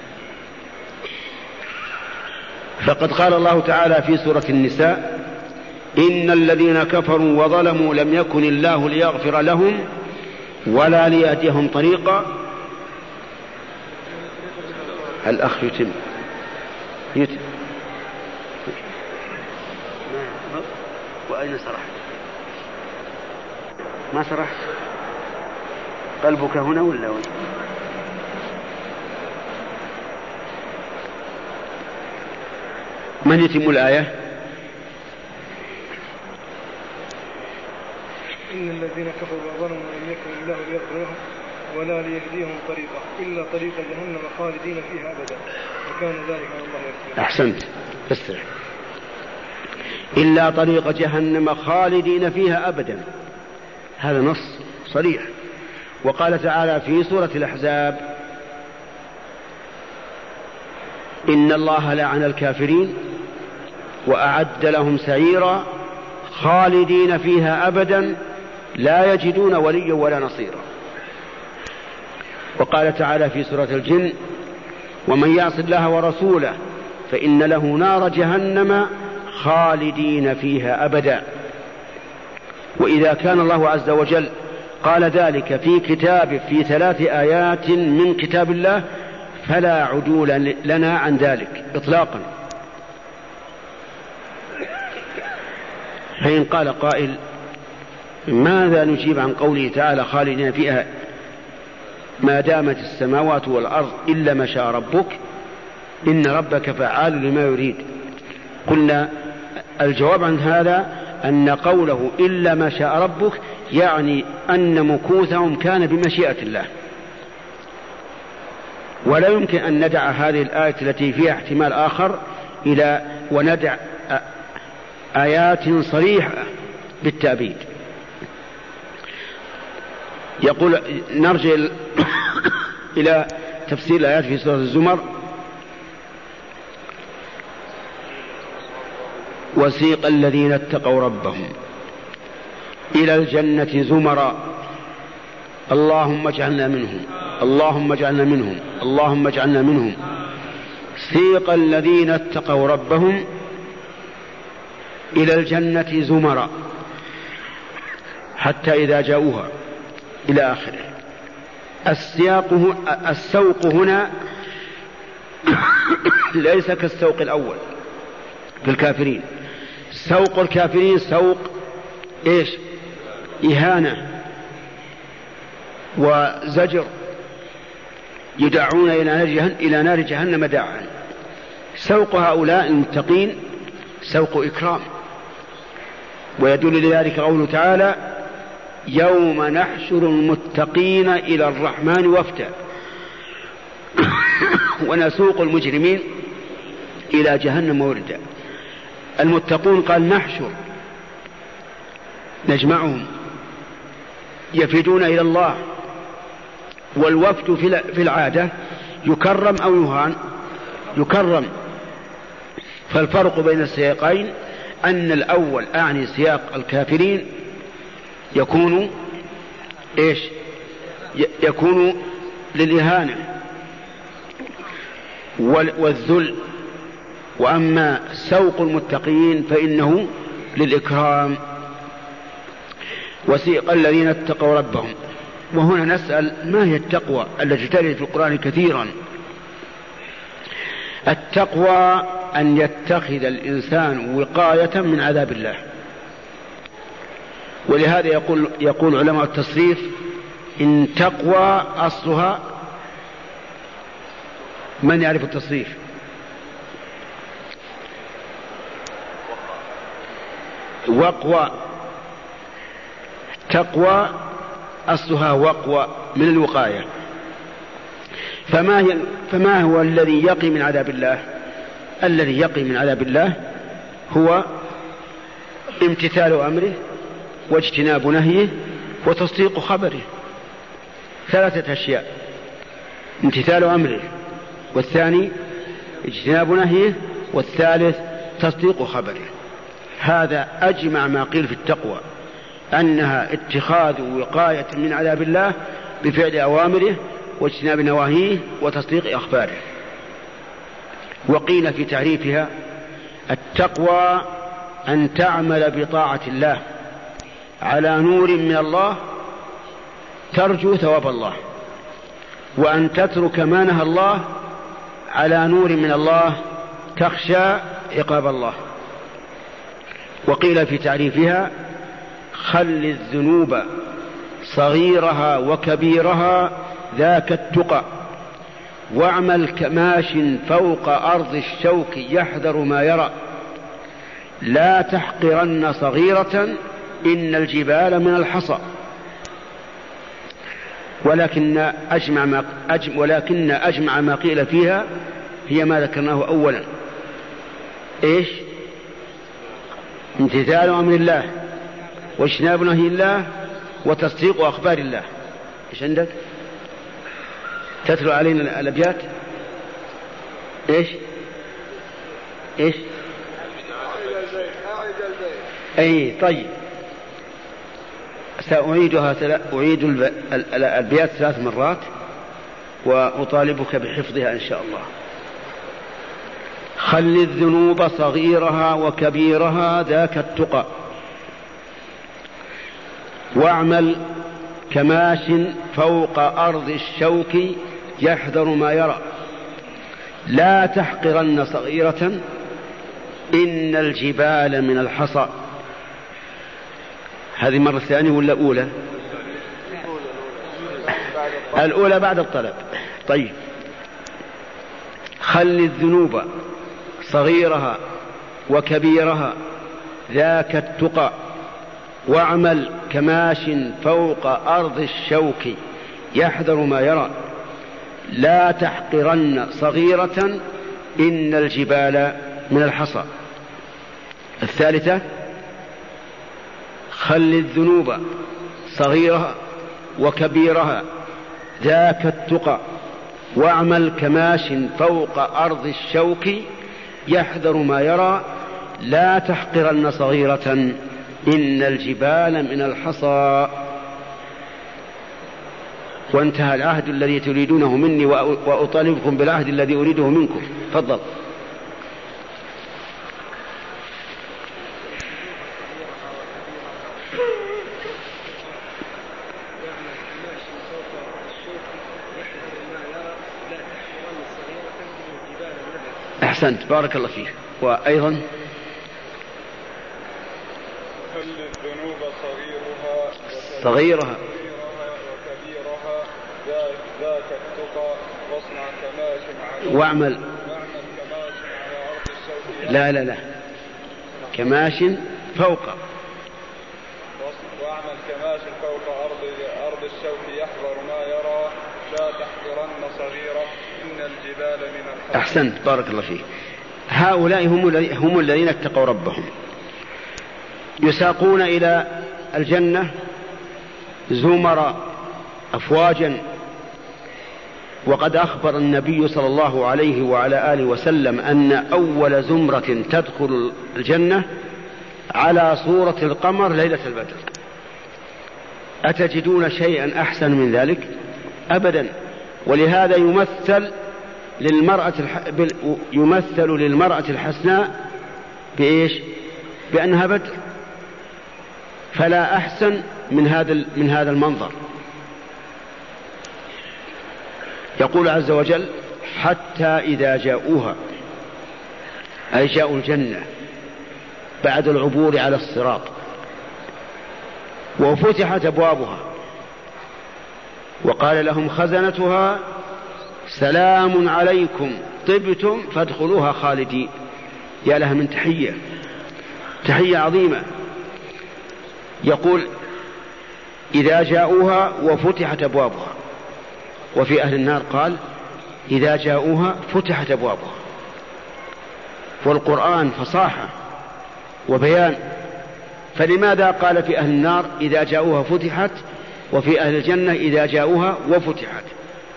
فقد قال الله تعالى في سورة النساء: إن الذين كفروا وظلموا لم يكن الله ليغفر لهم ولا ليهديهم طريقا. الأخ يتم يتم وأين سرحت؟ ما سرحت؟ قلبك هنا ولا وين؟ من يتم الآية؟ إن الذين كفروا وظلموا لم يكن الله ليغفر لهم ولا ليهديهم طريقا إلا طريق جهنم خالدين فيها أبدا وكان ذلك على الله يسيرا. أحسنت، استرح. إلا طريق جهنم خالدين فيها أبدا، هذا نص صريح. وقال تعالى في سورة الأحزاب: إن الله لعن الكافرين وأعد لهم سعيرا خالدين فيها أبدا لا يجدون وليا ولا نصيرا. وقال تعالى في سورة الجن: ومن يعص الله ورسوله فإن له نار جهنم خالدين فيها أبدا. وإذا كان الله عز وجل قال ذلك في كتاب في ثلاث آيات من كتاب الله فلا عدول لنا عن ذلك إطلاقا. فإن قال قائل: ماذا نجيب عن قوله تعالى خالدين فيها ما دامت السماوات والأرض إلا ما شاء ربك إن ربك فعال لما يريد؟ قلنا الجواب عن هذا أن قوله إلا ما شاء ربك يعني أن مكوثهم كان بمشيئة الله، ولا يمكن أن ندع هذه الآية التي فيها احتمال آخر إلى وندع آيات صريحة بالتأبيد. يقول نرجع إلى تفسير الآيات في سورة الزمر: وسيق الذين اتقوا ربهم إلى الجنة زمرا اللهم اجعلنا منهم اللهم اجعلنا منهم اللهم اجعلنا منهم. سيق الذين اتقوا ربهم إلى الجنة زمرا حتى إذا جاءوها إلى آخره. السياق السوق هنا ليس كالسوق الأول في الكافرين. سوق الكافرين سوق إيش؟ إهانة وزجر، يدعون إلى نار جهنم داعا. سوق هؤلاء المتقين سوق إكرام، ويدل لذلك قوله تعالى: يوم نحشر المتقين إلى الرحمن وفدا ونسوق المجرمين إلى جهنم وردا. المتقون قال نحشر، نجمعهم يفدون إلى الله. والوفد في العادة يكرم أو يهان؟ يكرم. فالفرق بين السياقين أن الأول أعني سياق الكافرين يكون إيش؟ يكون للإهانة والذل، وأما سوق المتقين فإنه للإكرام. وسيق الذين اتقوا ربهم. وهنا نسأل: ما هي التقوى التي ترد في القرآن كثيرا؟ التقوى أن يتخذ الإنسان وقاية من عذاب الله. ولهذا يقول, يقول علماء التصريف: إن تقوى أصلها، من يعرف التصريف؟ وقوى. تقوى أصلها وقوى من الوقاية. فما, هي فما هو الذي يقي من عذاب الله؟ الذي يقي من عذاب الله هو امتثال أمره واجتناب نهيه وتصديق خبره. ثلاثة أشياء: امتثال أمره، والثاني اجتناب نهيه، والثالث تصديق خبره. هذا أجمع ما قيل في التقوى، أنها اتخاذ وقاية من عذاب الله بفعل أوامره واجتناب نواهيه وتصديق أخباره. وقيل في تعريفها: التقوى أن تعمل بطاعة الله على نور من الله ترجو ثواب الله، وأن تترك ما نهى الله على نور من الله تخشى عقاب الله. وقيل في تعريفها: خل الذنوب صغيرها وكبيرها ذاك التقى، واعمل كماش فوق أرض الشوك يحذر ما يرى، لا تحقرن صغيرة إن الجبال من الحصى. ولكن أجمع ما, أجمع ولكن أجمع ما قيل فيها هي ما ذكرناه أولا: إيش؟ امتثال أمر الله واجتناب نهي الله وتصديق أخبار الله. إيش عندك؟ تتلو علينا الأبيات. إيش إيش أي طيب، سأعيدها أعيد الأبيات ثلاث مرات وأطالبك بحفظها إن شاء الله. خل الذنوب صغيرها وكبيرها ذاك التقى، واعمل كماش فوق أرض الشوك يحذر ما يرى، لا تحقرن صغيرة إن الجبال من الحصى. هذه مرة ثانية ولا أولى؟ الأولى بعد الطلب. طيب: خل الذنوب صغيرها وكبيرها ذاك التقى، واعمل كماش فوق أرض الشوك يحذر ما يرى، لا تحقرن صغيرة إن الجبال من الحصى. الثالثة: خل الذنوب صغيرها وكبيرها ذاك التقى، واعمل كماش فوق أرض الشوك يحذر ما يرى، لا تحقرن صغيرة إن الجبال من الحصى. وانتهى العهد الذي تريدونه مني وأطالبكم بالعهد الذي أريده منكم. تفضل. أحسنت، بارك الله فيك. وأيضا: الذنوب صغيرها صغيرها وكبيرها ذاك التقى، واصنع كماش على واعمل كماش على أرض الشوك. لا لا لا كماش فوق واعمل كماش فوق أرض أرض الشوك يحذر ما يرى، لا تحقرن صغيرة إن الجبال من الحصى. أحسنت، بارك الله فيك. هؤلاء هم الذين اتقوا ربهم، يساقون إلى الجنة زمرا أفواجا وقد أخبر النبي صلى الله عليه وعلى آله وسلم أن أول زمرة تدخل الجنة على صورة القمر ليلة البدر. أتجدون شيئا أحسن من ذلك؟ أبدا. ولهذا يمثل للمرأة الح... يمثل للمرأة الحسناء بإيش؟ بأنها بدر. فلا أحسن من هذا من هذا المنظر. يقول عز وجل: حتى إذا جاءوها، أي جاءوا الجنة بعد العبور على الصراط، وفتحت أبوابها وقال لهم خزنتها سلام عليكم طبتم فادخلوها خالدين. يا لها من تحية، تحية عظيمة. يقول: إذا جاءوها وفتحت أبوابها. وفي أهل النار قال: إذا جاءوها فتحت أبوابها. والقرآن فصاحة وبيان، فلماذا قال في أهل النار إذا جاءوها فتحت، وفي أهل الجنة إذا جاءوها وفتحت؟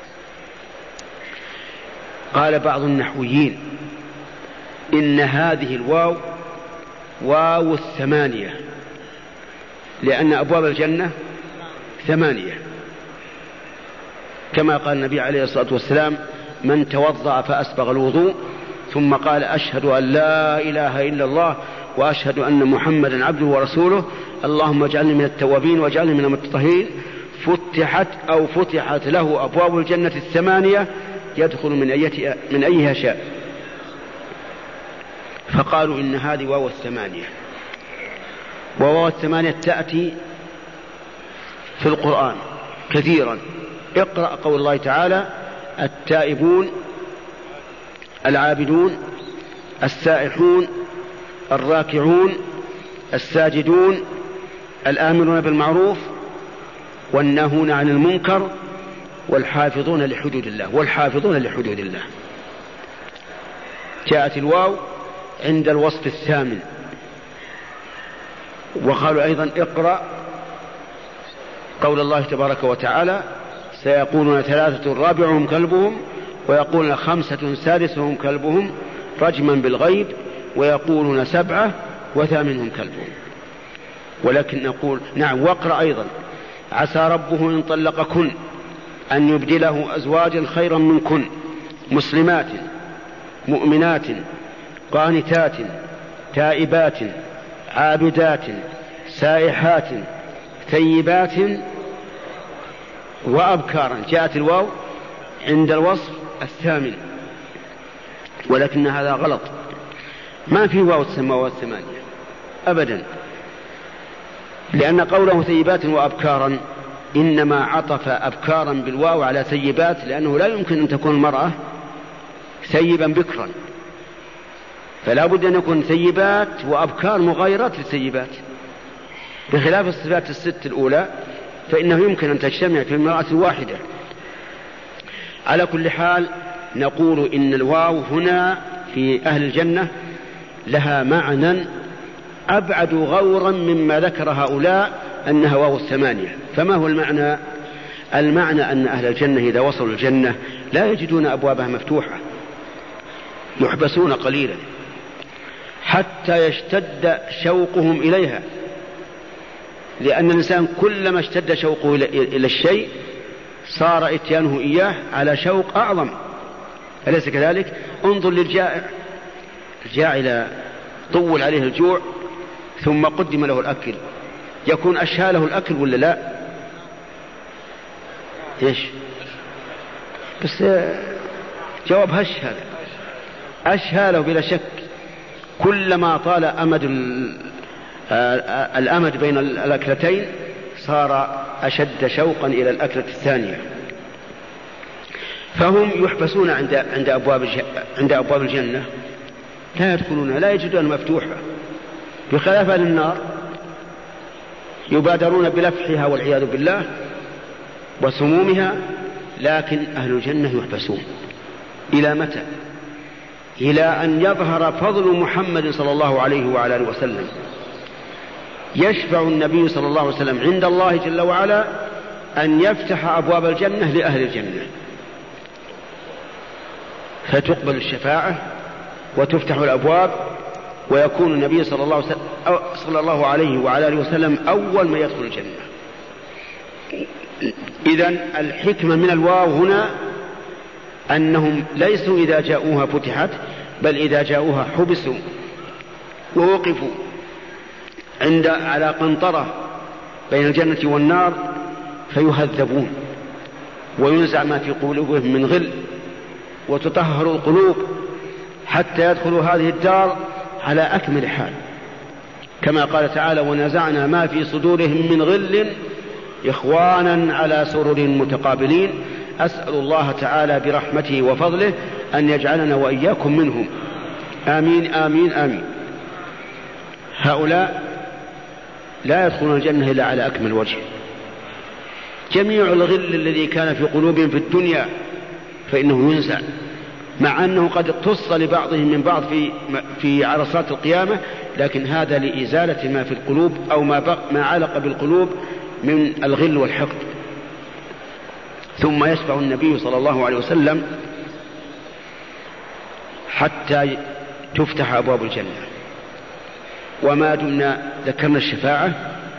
قال بعض النحويين: إن هذه الواو واو الثمانية، لأن أبواب الجنة ثمانية، كما قال النبي عليه الصلاة والسلام: من توضأ فأسبغ الوضوء ثم قال أشهد أن لا إله إلا الله وأشهد أن محمدا عبده ورسوله اللهم اجعلني من التوابين واجعلني من المتطهرين، فتحت أو فتحت له أبواب الجنة الثمانية يدخل من أيها من أيها شاء. فقالوا إن هذه واو الثمانية. وواو الثمانية تأتي في القرآن كثيرا. اقرأ قول الله تعالى: التائبون العابدون السائحون الراكعون الساجدون الآمرون بالمعروف والناهون عن المنكر والحافظون لحدود الله والحافظون لحدود الله. جاءت الواو عند الوصف الثامن. وقالوا أيضا: اقرأ قول الله تبارك وتعالى: سيقولون ثلاثة رابعهم كلبهم ويقولون خمسة سادسهم كلبهم رجما بالغيب ويقولون سبعة وثامنهم كلبهم. ولكن نقول نعم. واقرأ أيضا: عسى ربه إن طلقكن أن يبدله أزواجا خيرا منكن مسلمات مؤمنات قانتات تائبات عابدات سائحات ثيبات وأبكارا. جاءت الواو عند الوصف الثامن، ولكن هذا غلط. ما في واو السماوات الثمانية أبدا، لأن قوله ثيبات وأبكارا إنما عطف أبكارا بالواو على ثيبات، لأنه لا يمكن أن تكون المرأة ثيبا بكرا، فلا بد أن يكون ثيبات وأبكار مغايرات للثيبات، بخلاف الصفات الست الأولى فإنه يمكن أن تجتمع في المرأة الواحدة. على كل حال نقول إن الواو هنا في أهل الجنة لها معنى أبعد غورا مما ذكر هؤلاء أنها واو الثمانية. فما هو المعنى؟ المعنى أن أهل الجنة إذا وصلوا الجنة لا يجدون أبوابها مفتوحة، يحبسون قليلا حتى يشتد شوقهم إليها، لأن الإنسان كلما اشتد شوقه إلى الشيء صار اتيانه إياه على شوق أعظم، أليس كذلك؟ انظر للجائع، الجائع طول عليه الجوع ثم قدم له الأكل، يكون أشهى له الأكل ولا لا؟ إيش؟ بس جواب هش هذا، أشهى له بلا شك. كلما طال أمد الأمد بين الأكلتين صار أشد شوقا إلى الأكلة الثانية. فهم يحبسون عند عند أبواب عند أبواب الجنة، لا يدخلون، لا يجدون مفتوحة، بخلاف أهل النار يبادرون بلفحها والعياذ بالله وسمومها، لكن أهل الجنة يحبسون. إلى متى؟ إلى أن يظهر فضل محمد صلى الله عليه وعلى آله وسلم. يشفع النبي صلى الله عليه وسلم عند الله جل وعلا أن يفتح أبواب الجنة لأهل الجنة، فتقبل الشفاعة وتفتح الأبواب، ويكون النبي صلى الله, وسلم صلى الله عليه وعلى آله وسلم أول ما يدخل الجنة. إذن الحكمة من الواو هنا أنهم ليسوا إذا جاءوها فتحت، بل إذا جاءوها حبسوا ووقفوا عند على قنطرة بين الجنة والنار فيهذبون وينزع ما في قلوبهم من غل وتطهر القلوب حتى يدخلوا هذه الدار على أكمل حال، كما قال تعالى: ونزعنا ما في صدورهم من غل إخوانا على سرر متقابلين. أسأل الله تعالى برحمته وفضله أن يجعلنا وإياكم منهم، آمين آمين آمين. هؤلاء لا يدخلون الجنة إلا على أكمل وجه. جميع الغل الذي كان في قلوبهم في الدنيا فإنه ينزع، مع أنه قد اقتص لبعضهم من بعض في في عرصات القيامة، لكن هذا لإزالة ما في القلوب أو ما ما علق بالقلوب من الغل والحقد. ثم يشفع النبي صلى الله عليه وسلم حتى تفتح أبواب الجنة. وما دمنا ذكرنا الشفاعة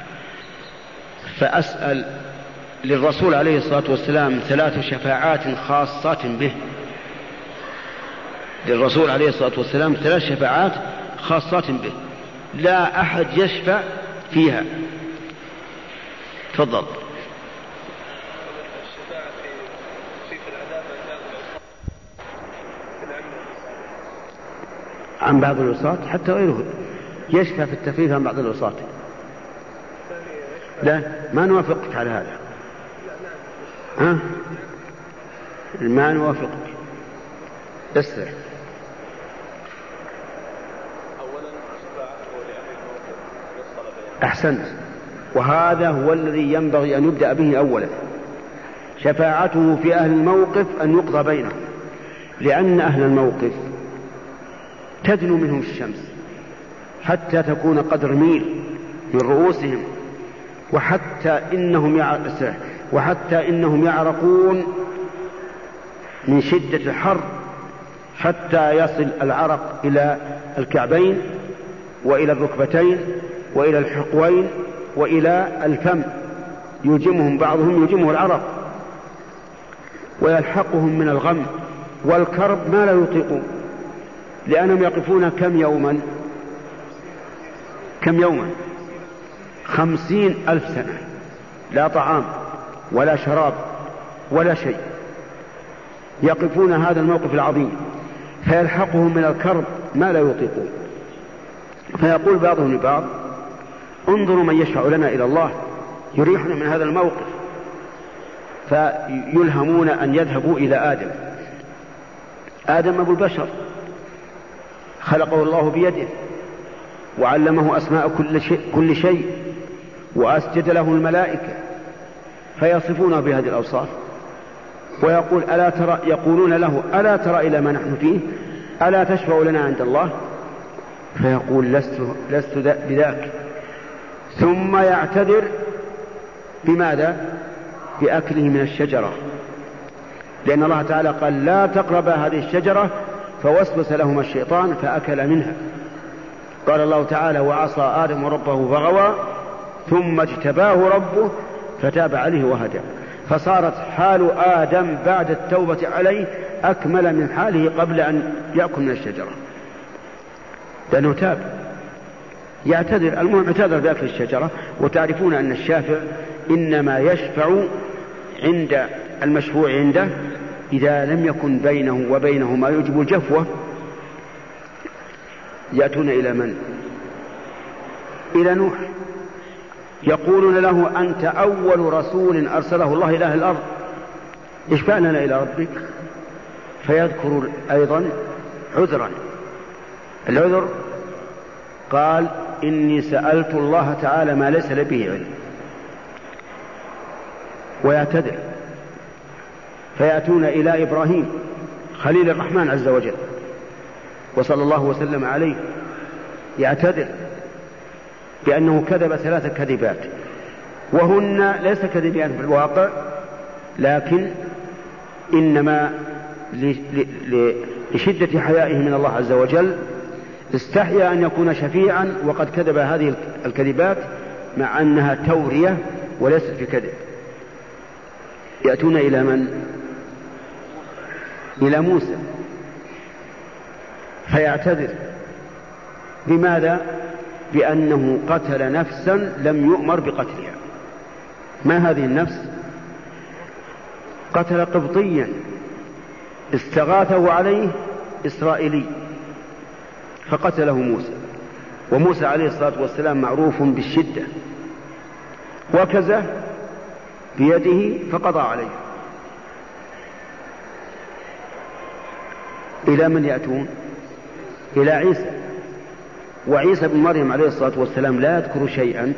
فأسأل للرسول عليه الصلاة والسلام ثلاث شفاعات خاصات به. للرسول عليه الصلاة والسلام ثلاث شفاعات خاصات به لا أحد يشفع فيها. تفضل. عن بعض الوساط حتى غيره يشفع في التخفيف عن بعض الوساط. لا ما نوافقك على هذا، ها ما نوافقك. اسرع. أحسنت، وهذا هو الذي ينبغي أن يبدأ به أولا. شفاعته في أهل الموقف أن يقضى بينهم، لأن أهل الموقف تدنو منهم الشمس حتى تكون قدر ميل من رؤوسهم، وحتى إنهم وحتى إنهم يعرقون من شدة الحر حتى يصل العرق إلى الكعبين وإلى الركبتين وإلى الحقوين وإلى الفم، يلجمهم بعضهم يلجمه العرق ويلحقهم من الغم والكرب ما لا يطيقون، لأنهم يقفون كم يوما كم يوما خمسين ألف سنة، لا طعام ولا شراب ولا شيء، يقفون هذا الموقف العظيم فيلحقهم من الكرب ما لا يطيقون. فيقول بعضهم لبعض: انظروا من يشفع لنا إلى الله يريحنا من هذا الموقف. فيلهمون أن يذهبوا إلى آدم. آدم أبو البشر خلقه الله بيده وعلمه أسماء كل شيء, كل شيء وأسجد له الملائكة فيصفونه بهذه الأوصاف، ويقول ألا ترى يقولون له: ألا ترى إلى ما نحن فيه؟ ألا تشفع لنا عند الله؟ فيقول: لست, لست بذاك. ثم يعتذر بماذا؟ بأكله من الشجرة، لأن الله تعالى قال: لا تقربا هذه الشجرة، فوسوس لهما الشيطان فأكل منها. قال الله تعالى: وعصى آدم ربه فغوى ثم اجتباه ربه فتاب عليه وهدى. فصارت حال آدم بعد التوبة عليه أكمل من حاله قبل أن يأكل من الشجرة، لأنه تاب. يعتذر، المهم اعتذر بأكل الشجرة. وتعرفون أن الشافع إنما يشفع عند المشفوع عنده إذا لم يكن بينه وبينه ما يوجب الجفوة. يأتون إلى من؟ إلى نوح، يقولون له: أنت أول رسول أرسله الله إلى أهل الأرض، اشفع لنا إلى ربك. فيذكر أيضا عذرا. العذر قال: إني سألت الله تعالى ما ليس لي به علم. ويعتذر. فيأتون إلى إبراهيم خليل الرحمن عز وجل وصلى الله وسلم عليه، يعتذر بأنه كذب ثلاث كذبات، وهن ليس كذبان في الواقع، لكن إنما لشدة حيائه من الله عز وجل استحيا أن يكون شفيعا، وقد كذب هذه الكذبات مع أنها تورية وليست في كذب. يأتون إلى من؟ إلى موسى فيعتذر. بماذا؟ بأنه قتل نفسا لم يؤمر بقتلها. ما هذه النفس؟ قتل قبطيا استغاثه عليه إسرائيلي فقتله موسى، وموسى عليه الصلاة والسلام معروف بالشدة، وكزه بيده فقضى عليه. إلى من يأتون؟ إلى عيسى. وعيسى بن مريم عليه الصلاة والسلام لا يذكر شيئا،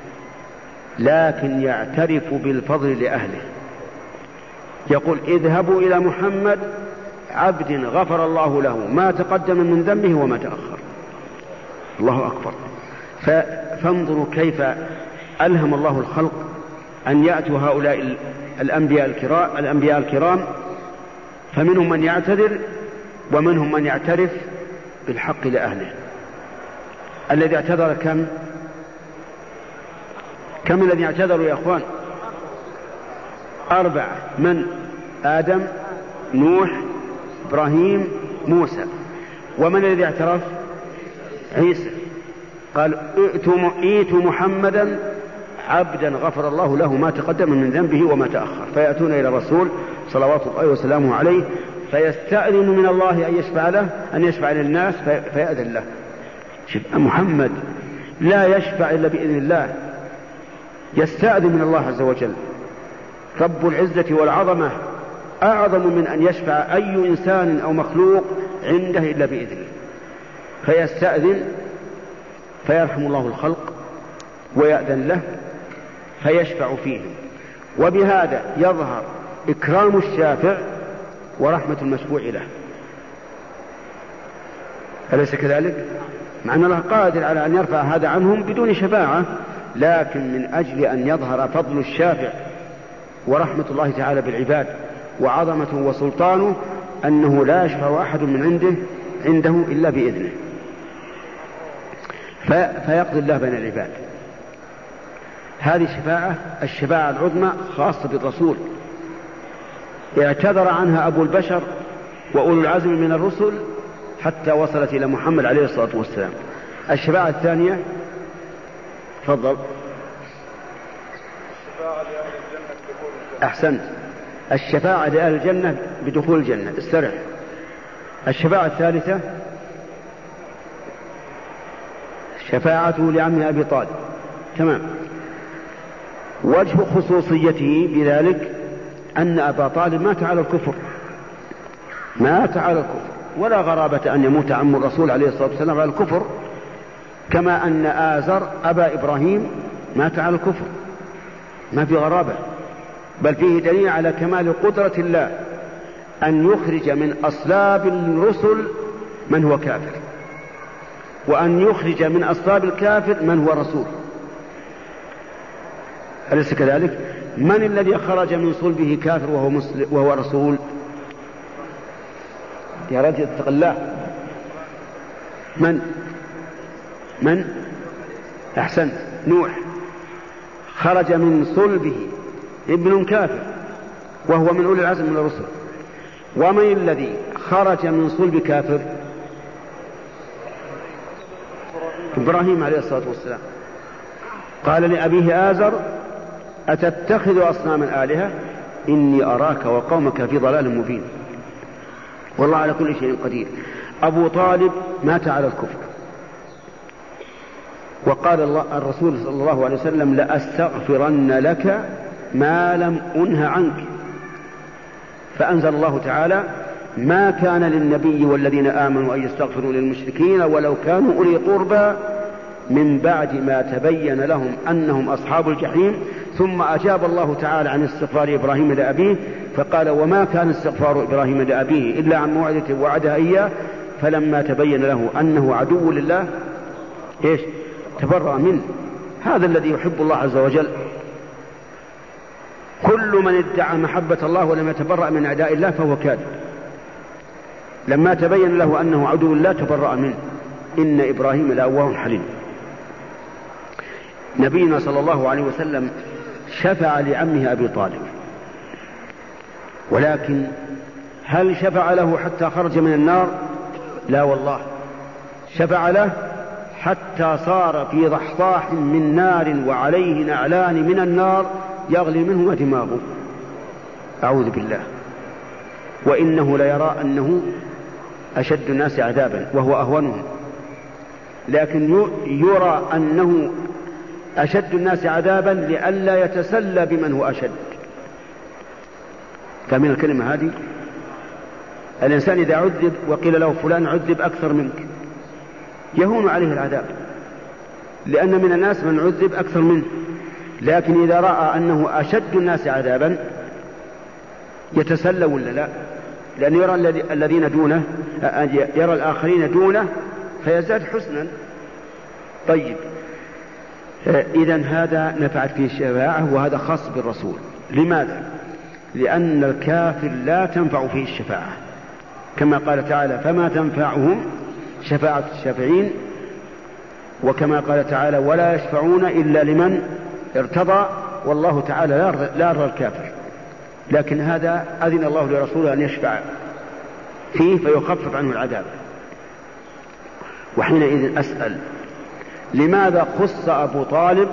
لكن يعترف بالفضل لأهله. يقول اذهبوا إلى محمد عبد غفر الله له ما تقدم من ذنبه وما تأخر. الله أكبر. فانظروا كيف ألهم الله الخلق أن يأتوا هؤلاء الأنبياء الكرام, الأنبياء الكرام فمنهم من يعتذر ومنهم من يعترف بالحق لأهله. الذي اعتذر كم كم الذي اعتذروا يا أخوان؟ أربعة. من؟ آدم، نوح، إبراهيم، موسى. ومن الذي اعترف؟ عيسى. قال ائتوا محمدا عبدا غفر الله له ما تقدم من ذنبه وما تأخر. فيأتون إلى الرسول صلوات الله وسلامه عليه فيستأذن من الله أن يشفع له، أن يشفع للناس فيأذن له. محمد لا يشفع إلا بإذن الله، يستأذن من الله عز وجل. رب العزة والعظمة أعظم من أن يشفع أي إنسان أو مخلوق عنده إلا بإذنه. فيستأذن فيرحم الله الخلق ويأذن له فيشفع فيهم. وبهذا يظهر إكرام الشافع ورحمة المشفوع له. أليس كذلك؟ مع أن الله قادر على أن يرفع هذا عنهم بدون شفاعة، لكن من أجل أن يظهر فضل الشافع ورحمة الله تعالى بالعباد وعظمته وسلطانه أنه لا يشفع أحد من عنده عنده إلا بإذنه، فيقضي الله بين العباد. هذه الشفاعة الشفاعة العظمى خاصة بالرسول اعتذر عنها أبو البشر وأولو العزم من الرسل حتى وصلت إلى محمد عليه الصلاة والسلام. الشفاعة الثانية تفضل. أحسنت. الشفاعة لأهل الجنة بدخول الجنة استرح. الشفاعة الثالثة شفاعته لعمه أبي طالب. تمام. وجه خصوصيته بذلك أن أبا طالب مات على الكفر، مات على الكفر، ولا غرابة أن يموت عم الرسول عليه الصلاة والسلام على الكفر، كما أن آزر أبا إبراهيم مات على الكفر، ما في غرابة، بل فيه دليل على كمال قدرة الله أن يخرج من أصلاب الرسل من هو كافر، وأن يخرج من أصلاب الكافر من هو رسول. أليس كذلك؟ من الذي خرج من صلبه كافر وهو, مسلم وهو رسول؟ يا رجل اتق الله. من من أحسنت. نوح خرج من صلبه ابن كافر وهو من أولي العزم من الرسل. ومن الذي خرج من صلب كافر؟ إبراهيم عليه الصلاة والسلام. قال لأبيه آزر أتتخذ أصناما آلهة إني أراك وقومك في ضلال مبين. والله على كل شيء قدير. أبو طالب مات على الكفر، وقال الله الرسول صلى الله عليه وسلم لأستغفرن لك ما لم أنه عنك. فأنزل الله تعالى ما كان للنبي والذين آمنوا أن يستغفروا للمشركين ولو كانوا أولي قربى من بعد ما تبين لهم أنهم أصحاب الجحيم. ثم أجاب الله تعالى عن استغفار إبراهيم لأبيه فقال وما كان استغفار إبراهيم لأبيه إلا عن موعدة وعدها إياه فلما تبين له أنه عدو لله إيش تبرأ منه. هذا الذي يحب الله عز وجل. كل من ادعى محبة الله ولم يتبرأ من أعداء الله فهو كاذب. لما تبين له أنه عدو لا تبرأ منه. إن إبراهيم لأواه حليم. نبينا صلى الله عليه وسلم شفع لعمه أبي طالب، ولكن هل شفع له حتى خرج من النار؟ لا والله، شفع له حتى صار في ضحضاح من نار وعليه نعلان من النار يغلي منهما دماغه، أعوذ بالله. وإنه ليرى أنه أشد الناس عذابا وهو أهونهم، لكن يرى أنه أشد الناس عذابا لئلا يتسلى بمن هو أشد. فمن الكلمة هذه الإنسان إذا عذب وقيل له فلان عذب أكثر منك يهون عليه العذاب، لأن من الناس من عذب أكثر منه، لكن إذا رأى أنه أشد الناس عذابا يتسلى ولا لا، لأن يرى الذين دونه، يرى الآخرين دونه فيزداد حسنا. طيب، إذن هذا نفعت فيه الشفاعة، وهذا خاص بالرسول. لماذا؟ لأن الكافر لا تنفع فيه الشفاعة، كما قال تعالى فما تنفعهم شفاعة الشافعين، وكما قال تعالى ولا يشفعون إلا لمن ارتضى، والله تعالى لا يرضى الكافر. لكن هذا أذن الله لرسوله أن يشفع فيه فيخفف عنه العذاب. وحينئذ أسأل لماذا خص أبو طالب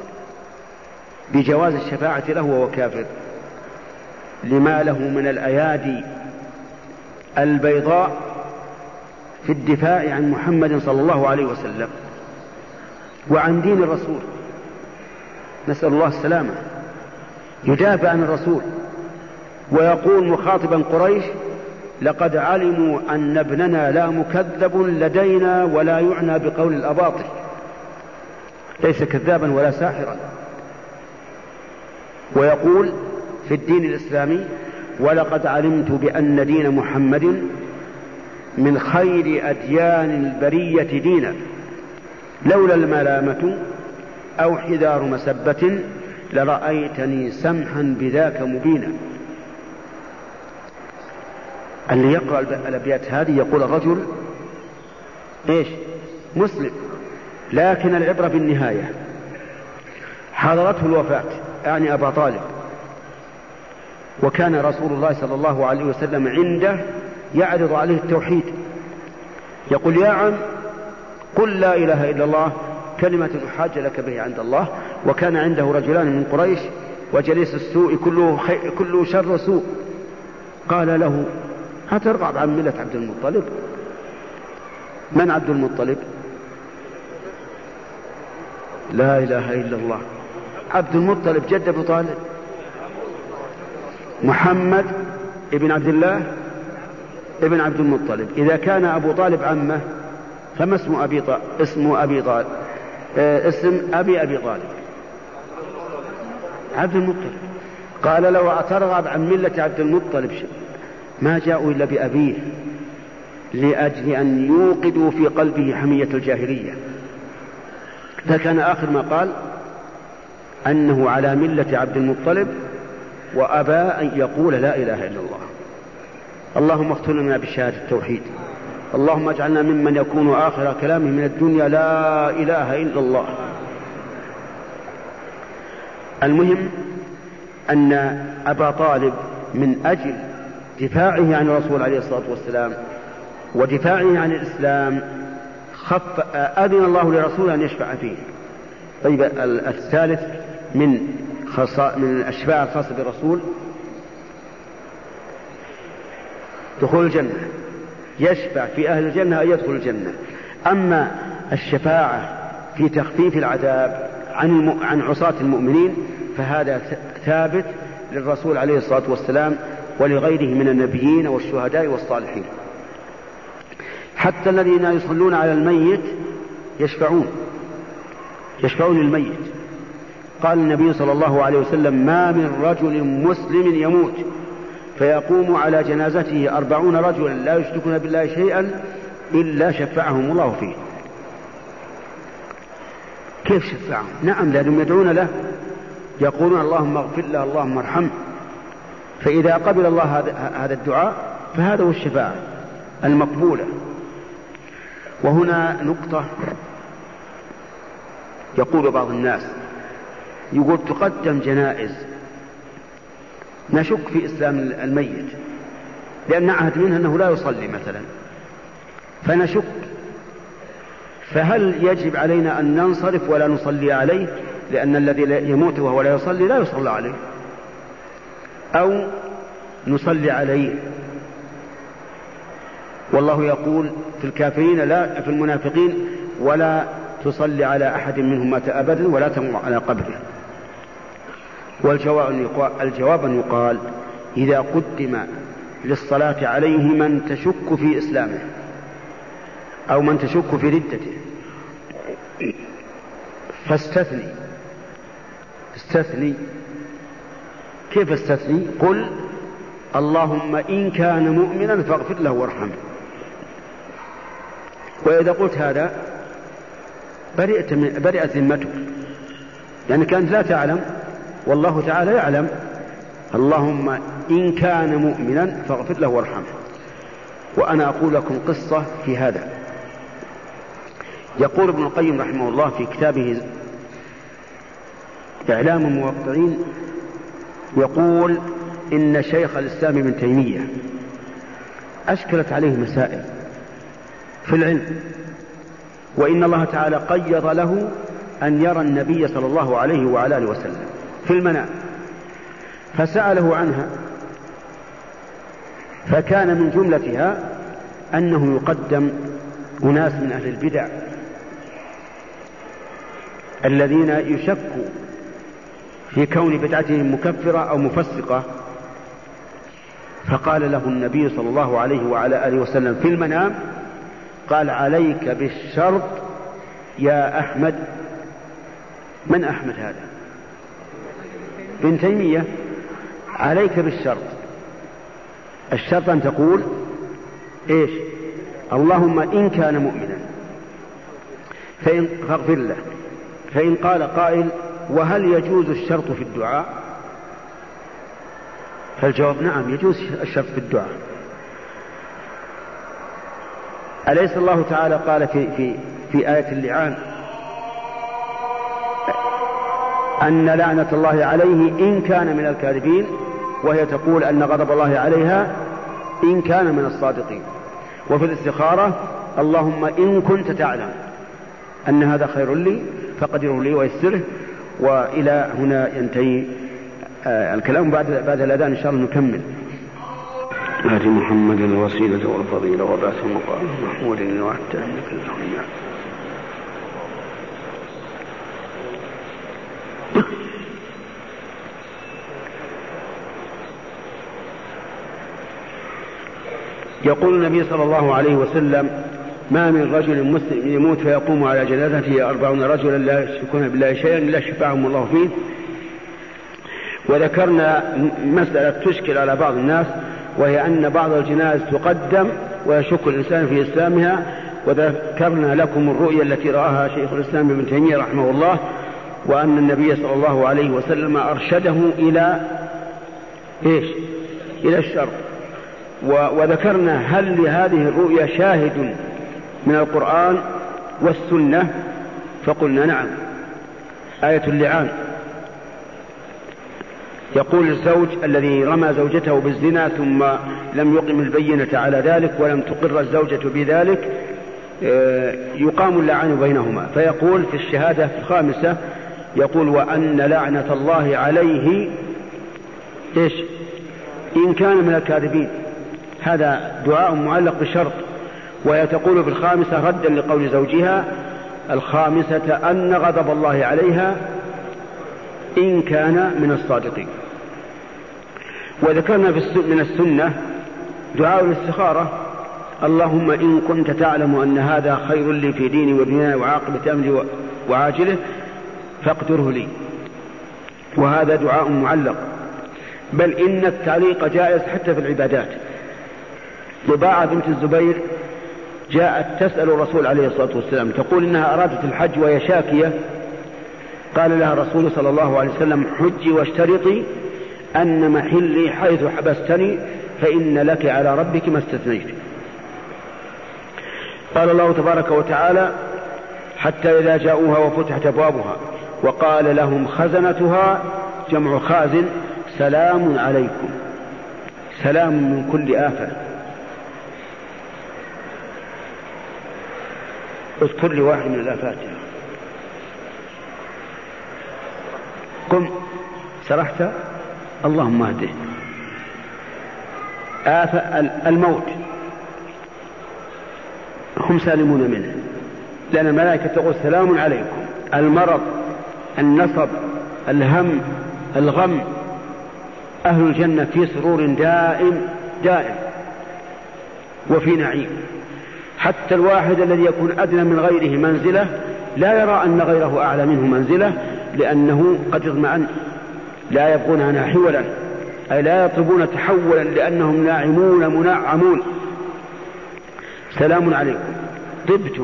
بجواز الشفاعة له وهو كافر؟ لما له من الأيادي البيضاء في الدفاع عن محمد صلى الله عليه وسلم وعن دين الرسول، نسأل الله السلامة. يدافع عن الرسول ويقول مخاطبا قريش لقد علموا أن ابننا لا مكذب لدينا ولا يعنى بقول الأباطل، ليس كذابا ولا ساحرا. ويقول في الدين الإسلامي ولقد علمت بأن دين محمد من خير أديان البرية دينا لولا الملامة أو حذار مسبة لرأيتني سمحا بذاك مبينا. اللي يقرأ الأبيات هذه يقول الرجل إيش؟ مسلم، لكن العبرة بالنهاية. حضرته الوفاة يعني أبا طالب، وكان رسول الله صلى الله عليه وسلم عنده يعرض عليه التوحيد، يقول يا عم قل لا إله إلا الله كلمة حاج لك به عند الله. وكان عنده رجلان من قريش وجليس السوء كله, خي... كله شر سوء، قال له هترغب عن ملة عبد المطلب؟ من عبد المطلب؟ لا إله إلا الله، عبد المطلب جد أبو طالب، محمد ابن عبد الله ابن عبد المطلب. إذا كان أبو طالب عمه فما اسم أبي طالب؟ اسم أبي طالب اه اسم أبي أبي طالب عبد المطلب. قال لو أترغب عن ملة عبد المطلب ما جاءوا إلا بأبيه لأجل أن يوقدوا في قلبه حمية الجاهلية. فكان آخر ما قال أنه على ملة عبد المطلب وأبى أن يقول لا إله إلا الله. اللهم اختم لنا بشهادة التوحيد، اللهم اجعلنا ممن يكون آخر كلامه من الدنيا لا إله إلا الله. المهم أن أبا طالب من أجل دفاعه عن الرسول عليه الصلاة والسلام ودفاعه عن الإسلام خف أذن الله لرسوله أن يشفع فيه. طيب، الثالث من خصا من الأشفاع الخاصة بالرسول دخول الجنة، يشفع في أهل الجنة أن يدخل الجنة. أما الشفاعة في تخفيف العذاب عن عن عصاة المؤمنين فهذا ثابت للرسول عليه الصلاة والسلام ولغيره من النبيين والشهداء والصالحين. حتى الذين يصلون على الميت يشفعون يشفعون للميت. قال النبي صلى الله عليه وسلم ما من رجل مسلم يموت فيقوم على جنازته أربعون رجلا لا يشركون بالله شيئا إلا شفعهم الله فيه. كيف شفعهم؟ نعم، لأنهم يدعون له، يقولون اللهم اغفر له اللهم ارحمه. فإذا قبل الله هذا الدعاء فهذا هو الشفاعة. المقبولة. وهنا نقطة يقول بعض الناس، يقول تقدم جنائز نشك في إسلام الميت لأن نعهد منه أنه لا يصلي مثلا، فنشك، فهل يجب علينا أن ننصرف ولا نصلي عليه لأن الذي يموت وهو لا يصلي لا يصلى عليه، أو نصلي عليه؟ والله يقول في الكافرين لا، في المنافقين: ولا تصلي على أحد منهم مات أبدا ولا تمر على قبره. والجواب أن يقال: إذا قدم للصلاة عليه من تشك في إسلامه أو من تشك في ردته فاستثني. استثني كيف استثني؟ قل: اللهم إن كان مؤمنا فاغفر له وارحمه. وإذا قلت هذا برئت برئت ذمتك، يعني كانت لا تعلم والله تعالى يعلم. اللهم إن كان مؤمنا فاغفر له وارحمه. وأنا أقول لكم قصة في هذا. يقول ابن القيم رحمه الله في كتابه إعلام الموقعين، يقول إن شيخ الإسلام ابن تيمية أشكلت عليه مسائل في العلم، وإن الله تعالى قيض له أن يرى النبي صلى الله عليه وعلى آله وسلم في المنام، فسأله عنها، فكان من جملتها أنه يقدم أناس من أهل البدع الذين يشكوا في كون بدعتهم مكفرة أو مفسقة، فقال له النبي صلى الله عليه وعلى آله وسلم في المنام، قال: عليك بالشرط يا أحمد. من أحمد هذا؟ ابن تيمية. عليك بالشرط. الشرط أن تقول إيش؟ اللهم إن كان مؤمنا فإن فاغفر له. فإن قال قائل: وهل يجوز الشرط في الدعاء؟ فالجواب: نعم، يجوز الشرط في الدعاء. أليس الله تعالى قال في, في, في آية اللعان أن لعنة الله عليه إن كان من الكاذبين، وهي تقول أن غضب الله عليها إن كان من الصادقين. وفي الاستخارة: اللهم إن كنت تعلم أن هذا خير لي فقدره لي ويسره. وإلى هنا ينتهي آه الكلام. بعد بعد الأذان إن شاء الله نكمل. آت محمد الوسيلة والفضيلة وبعثه مقام محمود وعدت أنك الرحمن. يقول النبي صلى الله عليه وسلم: ما من رجل مسلم يموت فيقوم على جنازته أربعون رجلا لا يشركون بالله شيئا إلا شفعهم الله فيه. وذكرنا مسألة تشكل على بعض الناس، وهي أن بعض الجنائز تقدم ويشك الإنسان في إسلامها. وذكرنا لكم الرؤيا التي رآها شيخ الإسلام ابن تيمية رحمه الله، وأن النبي صلى الله عليه وسلم أرشده إلى إيش؟ إلى الشر. وذكرنا هل لهذه الرؤيا شاهد من القرآن والسنة؟ فقلنا نعم. آية اللعان، يقول الزوج الذي رمى زوجته بالزنا ثم لم يقم البينة على ذلك ولم تقر الزوجة بذلك يقام اللعان بينهما، فيقول في الشهادة الخامسة يقول: وأن لعنة الله عليه إيش؟ إن كان من الكاذبين. هذا دعاء معلق بشرط. وهي تقول في الخامسة ردا لقول زوجها الخامسة أن غضب الله عليها إن كان من الصادقين. وذكرنا من السنة دعاء الاستخارة: اللهم إن كنت تعلم أن هذا خير لي في ديني ودنياي وعاقبة أمري وعاجله فاقدره لي. وهذا دعاء معلق، بل إن التعليق جائز حتى في العبادات. ضباعة بنت الزبير جاءت تسأل الرسول عليه الصلاة والسلام، تقول إنها أرادت الحج وهي شاكية، قال لها الرسول صلى الله عليه وسلم: حجي واشترطي أن محلي حيث حبستني فإن لك على ربك ما استثنيت. قال الله تبارك وتعالى حتى إذا جاءوها وفتحت أبوابها وقال لهم خزنتها جمع خازن سلام عليكم، سلام من كل آفة. اذكر لي واحد من الآفات. قم سرحت، اللهم اهده. آفة الموت هم سالمون منه، لأن الملائكة تقول سلام عليكم. المرض، النصب، الهم، الغم، أهل الجنة في سرور دائم دائم وفي نعيم. حتى الواحد الذي يكون أدنى من غيره منزلة لا يرى أن غيره أعلى منه منزلة، لأنه قد اطمأن، لا يبغون عنها حولا، أي لا يطلبون تحولا، لأنهم ناعمون منعمون. سلام عليكم طبتم.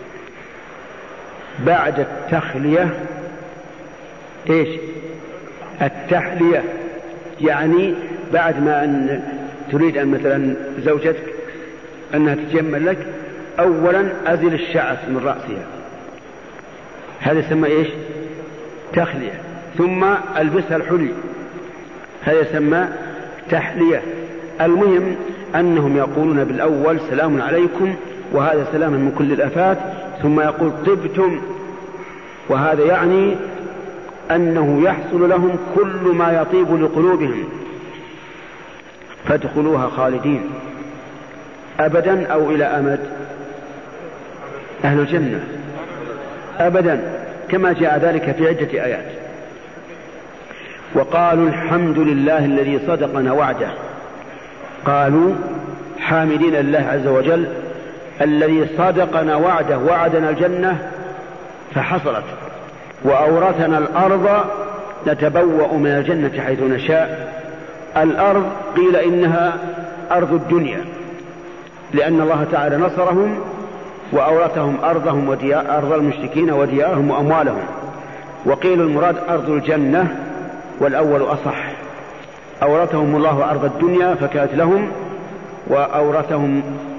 بعد التخلية إيش؟ التحلية، يعني بعد ما أن تريد أن مثلا زوجتك أنها تتجمل لك، أولا أزل الشعث من رأسها، هذا يسمى إيش؟ تخلية. ثم ألبسها الحلي، هذا يسمى تحلية. المهم أنهم يقولون بالأول سلام عليكم، وهذا سلام من كل الآفات، ثم يقول طبتم، وهذا يعني أنه يحصل لهم كل ما يطيب لقلوبهم، فادخلوها خالدين أبدا أو إلى أمد. أهل الجنة أبدا، كما جاء ذلك في عدة آيات. وقالوا الحمد لله الذي صدقنا وعده، قالوا حامدين الله عز وجل الذي صدقنا وعده، وعدنا الجنة فحصلت، وأورثنا الأرض نتبوأ من الجنة حيث نشاء. الأرض قيل إنها أرض الدنيا، لأن الله تعالى نصرهم وأورثهم أرضهم وديار أرض المشركين وديارهم وأموالهم. وقيل المراد أرض الجنة، والأول أصح. أورثهم الله أرض الدنيا فكانت لهم، وأورثهم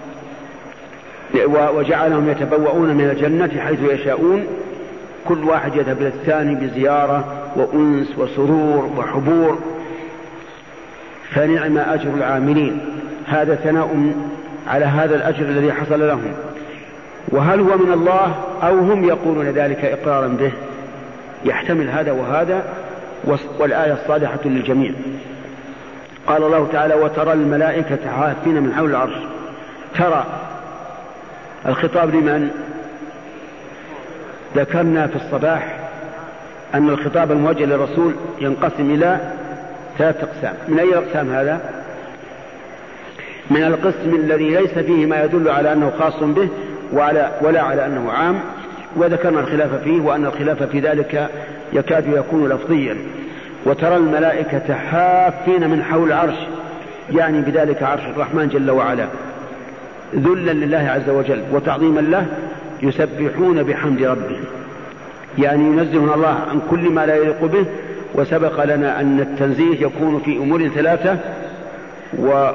وجعلهم يتبوؤون من الجنة حيث يشاءون، كل واحد يذهب إلى الثاني بزيارة وأنس وسرور وحبور. فنعم أجر العاملين. هذا ثناء على هذا الأجر الذي حصل لهم. وهل هو من الله أو هم يقولون ذلك إقرارا به؟ يحتمل هذا وهذا، والآية الصالحة للجميع. قال الله تعالى وترى الملائكة حافين من حول العرش. ترى الخطاب لمن؟ ذكرنا في الصباح أن الخطاب الموجه للرسول ينقسم إلى ثلاث أقسام. من أي أقسام هذا؟ من القسم الذي ليس فيه ما يدل على أنه خاص به ولا, ولا على أنه عام، وذكرنا الخلاف فيه، وأن الخلاف في ذلك يكاد يكون لفظيا. وترى الملائكة حافين من حول العرش، يعني بذلك عرش الرحمن جل وعلا، ذلا لله عز وجل وتعظيما له، يسبحون بحمد ربهم، يعني ينزهون الله عن كل ما لا يليق به. وسبق لنا أن التنزيه يكون في أمور ثلاثة، و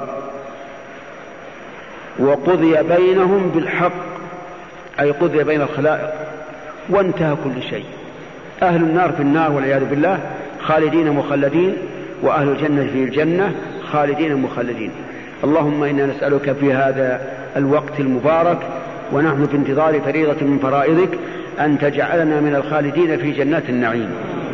وقضي بينهم بالحق، أي قضي بين الخلائق وانتهى كل شيء. أهل النار في النار والعياذ بالله خالدين مخلدين، وأهل الجنة في الجنة خالدين مخلدين. اللهم إنا نسألك في هذا الوقت المبارك ونحن في انتظار فريضة من فرائضك أن تجعلنا من الخالدين في جنات النعيم.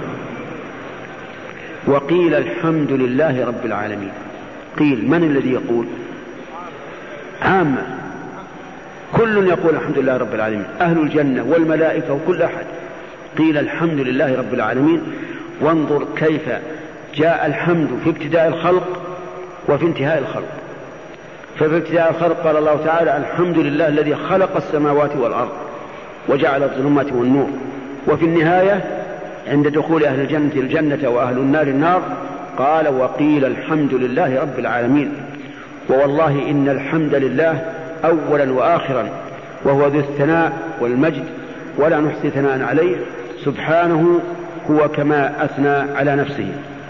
وقيل الحمد لله رب العالمين. قيل من الذي يقول؟ عامة، كل يقول الحمد لله رب العالمين، أهل الجنة والملائكة وكل أحد. قيل الحمد لله رب العالمين. وانظر كيف جاء الحمد في ابتداء الخلق وفي انتهاء الخلق. ففي ابتداء الخلق قال الله تعالى الحمد لله الذي خلق السماوات والأرض وجعل الظلمات والنور. وفي النهاية عند دخول أهل الجنة الجنة وأهل النار النار قال وقيل الحمد لله رب العالمين. ووالله إن الحمد لله أولا وآخرا، وهو ذو الثناء والمجد ولا نحصي ثناء عليه، سبحانه هو كما أثنى على نفسه.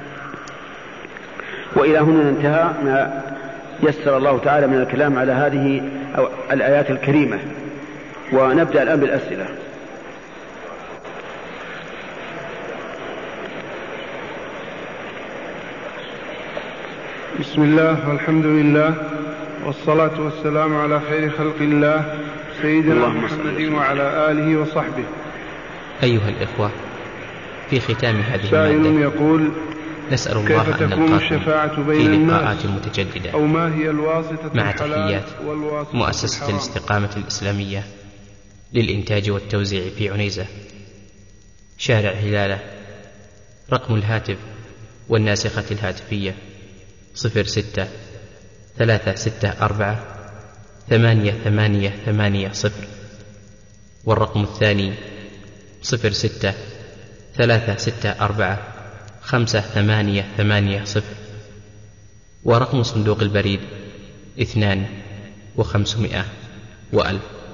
وإلى هنا انتهى ما يسر الله تعالى من الكلام على هذه الآيات الكريمة. ونبدأ الآن بالأسئلة. بسم الله والحمد لله والصلاة والسلام على خير خلق الله سيدنا محمد وعلى آله وصحبه. أيها الإخوة، في ختام هذه سائل يقول: نسأل الله كيف أن تكون الشفاعة بين في الناس لقاءات متجددة، أو ما هي الواسطة مع الحلال تحيات والواسطة مؤسسة الحرام؟ الاستقامة الإسلامية للإنتاج والتوزيع في عنيزة، شارع هلالة. رقم الهاتف والناسخة الهاتفية صفر ستة ثلاثة ستة أربعة ثمانية ثمانية ثمانية صفر، والرقم الثاني صفر ستة ثلاثة ستة أربعة خمسة ثمانية ثمانية صفر، ورقم صندوق البريد اثنان وخمسمائة وألف.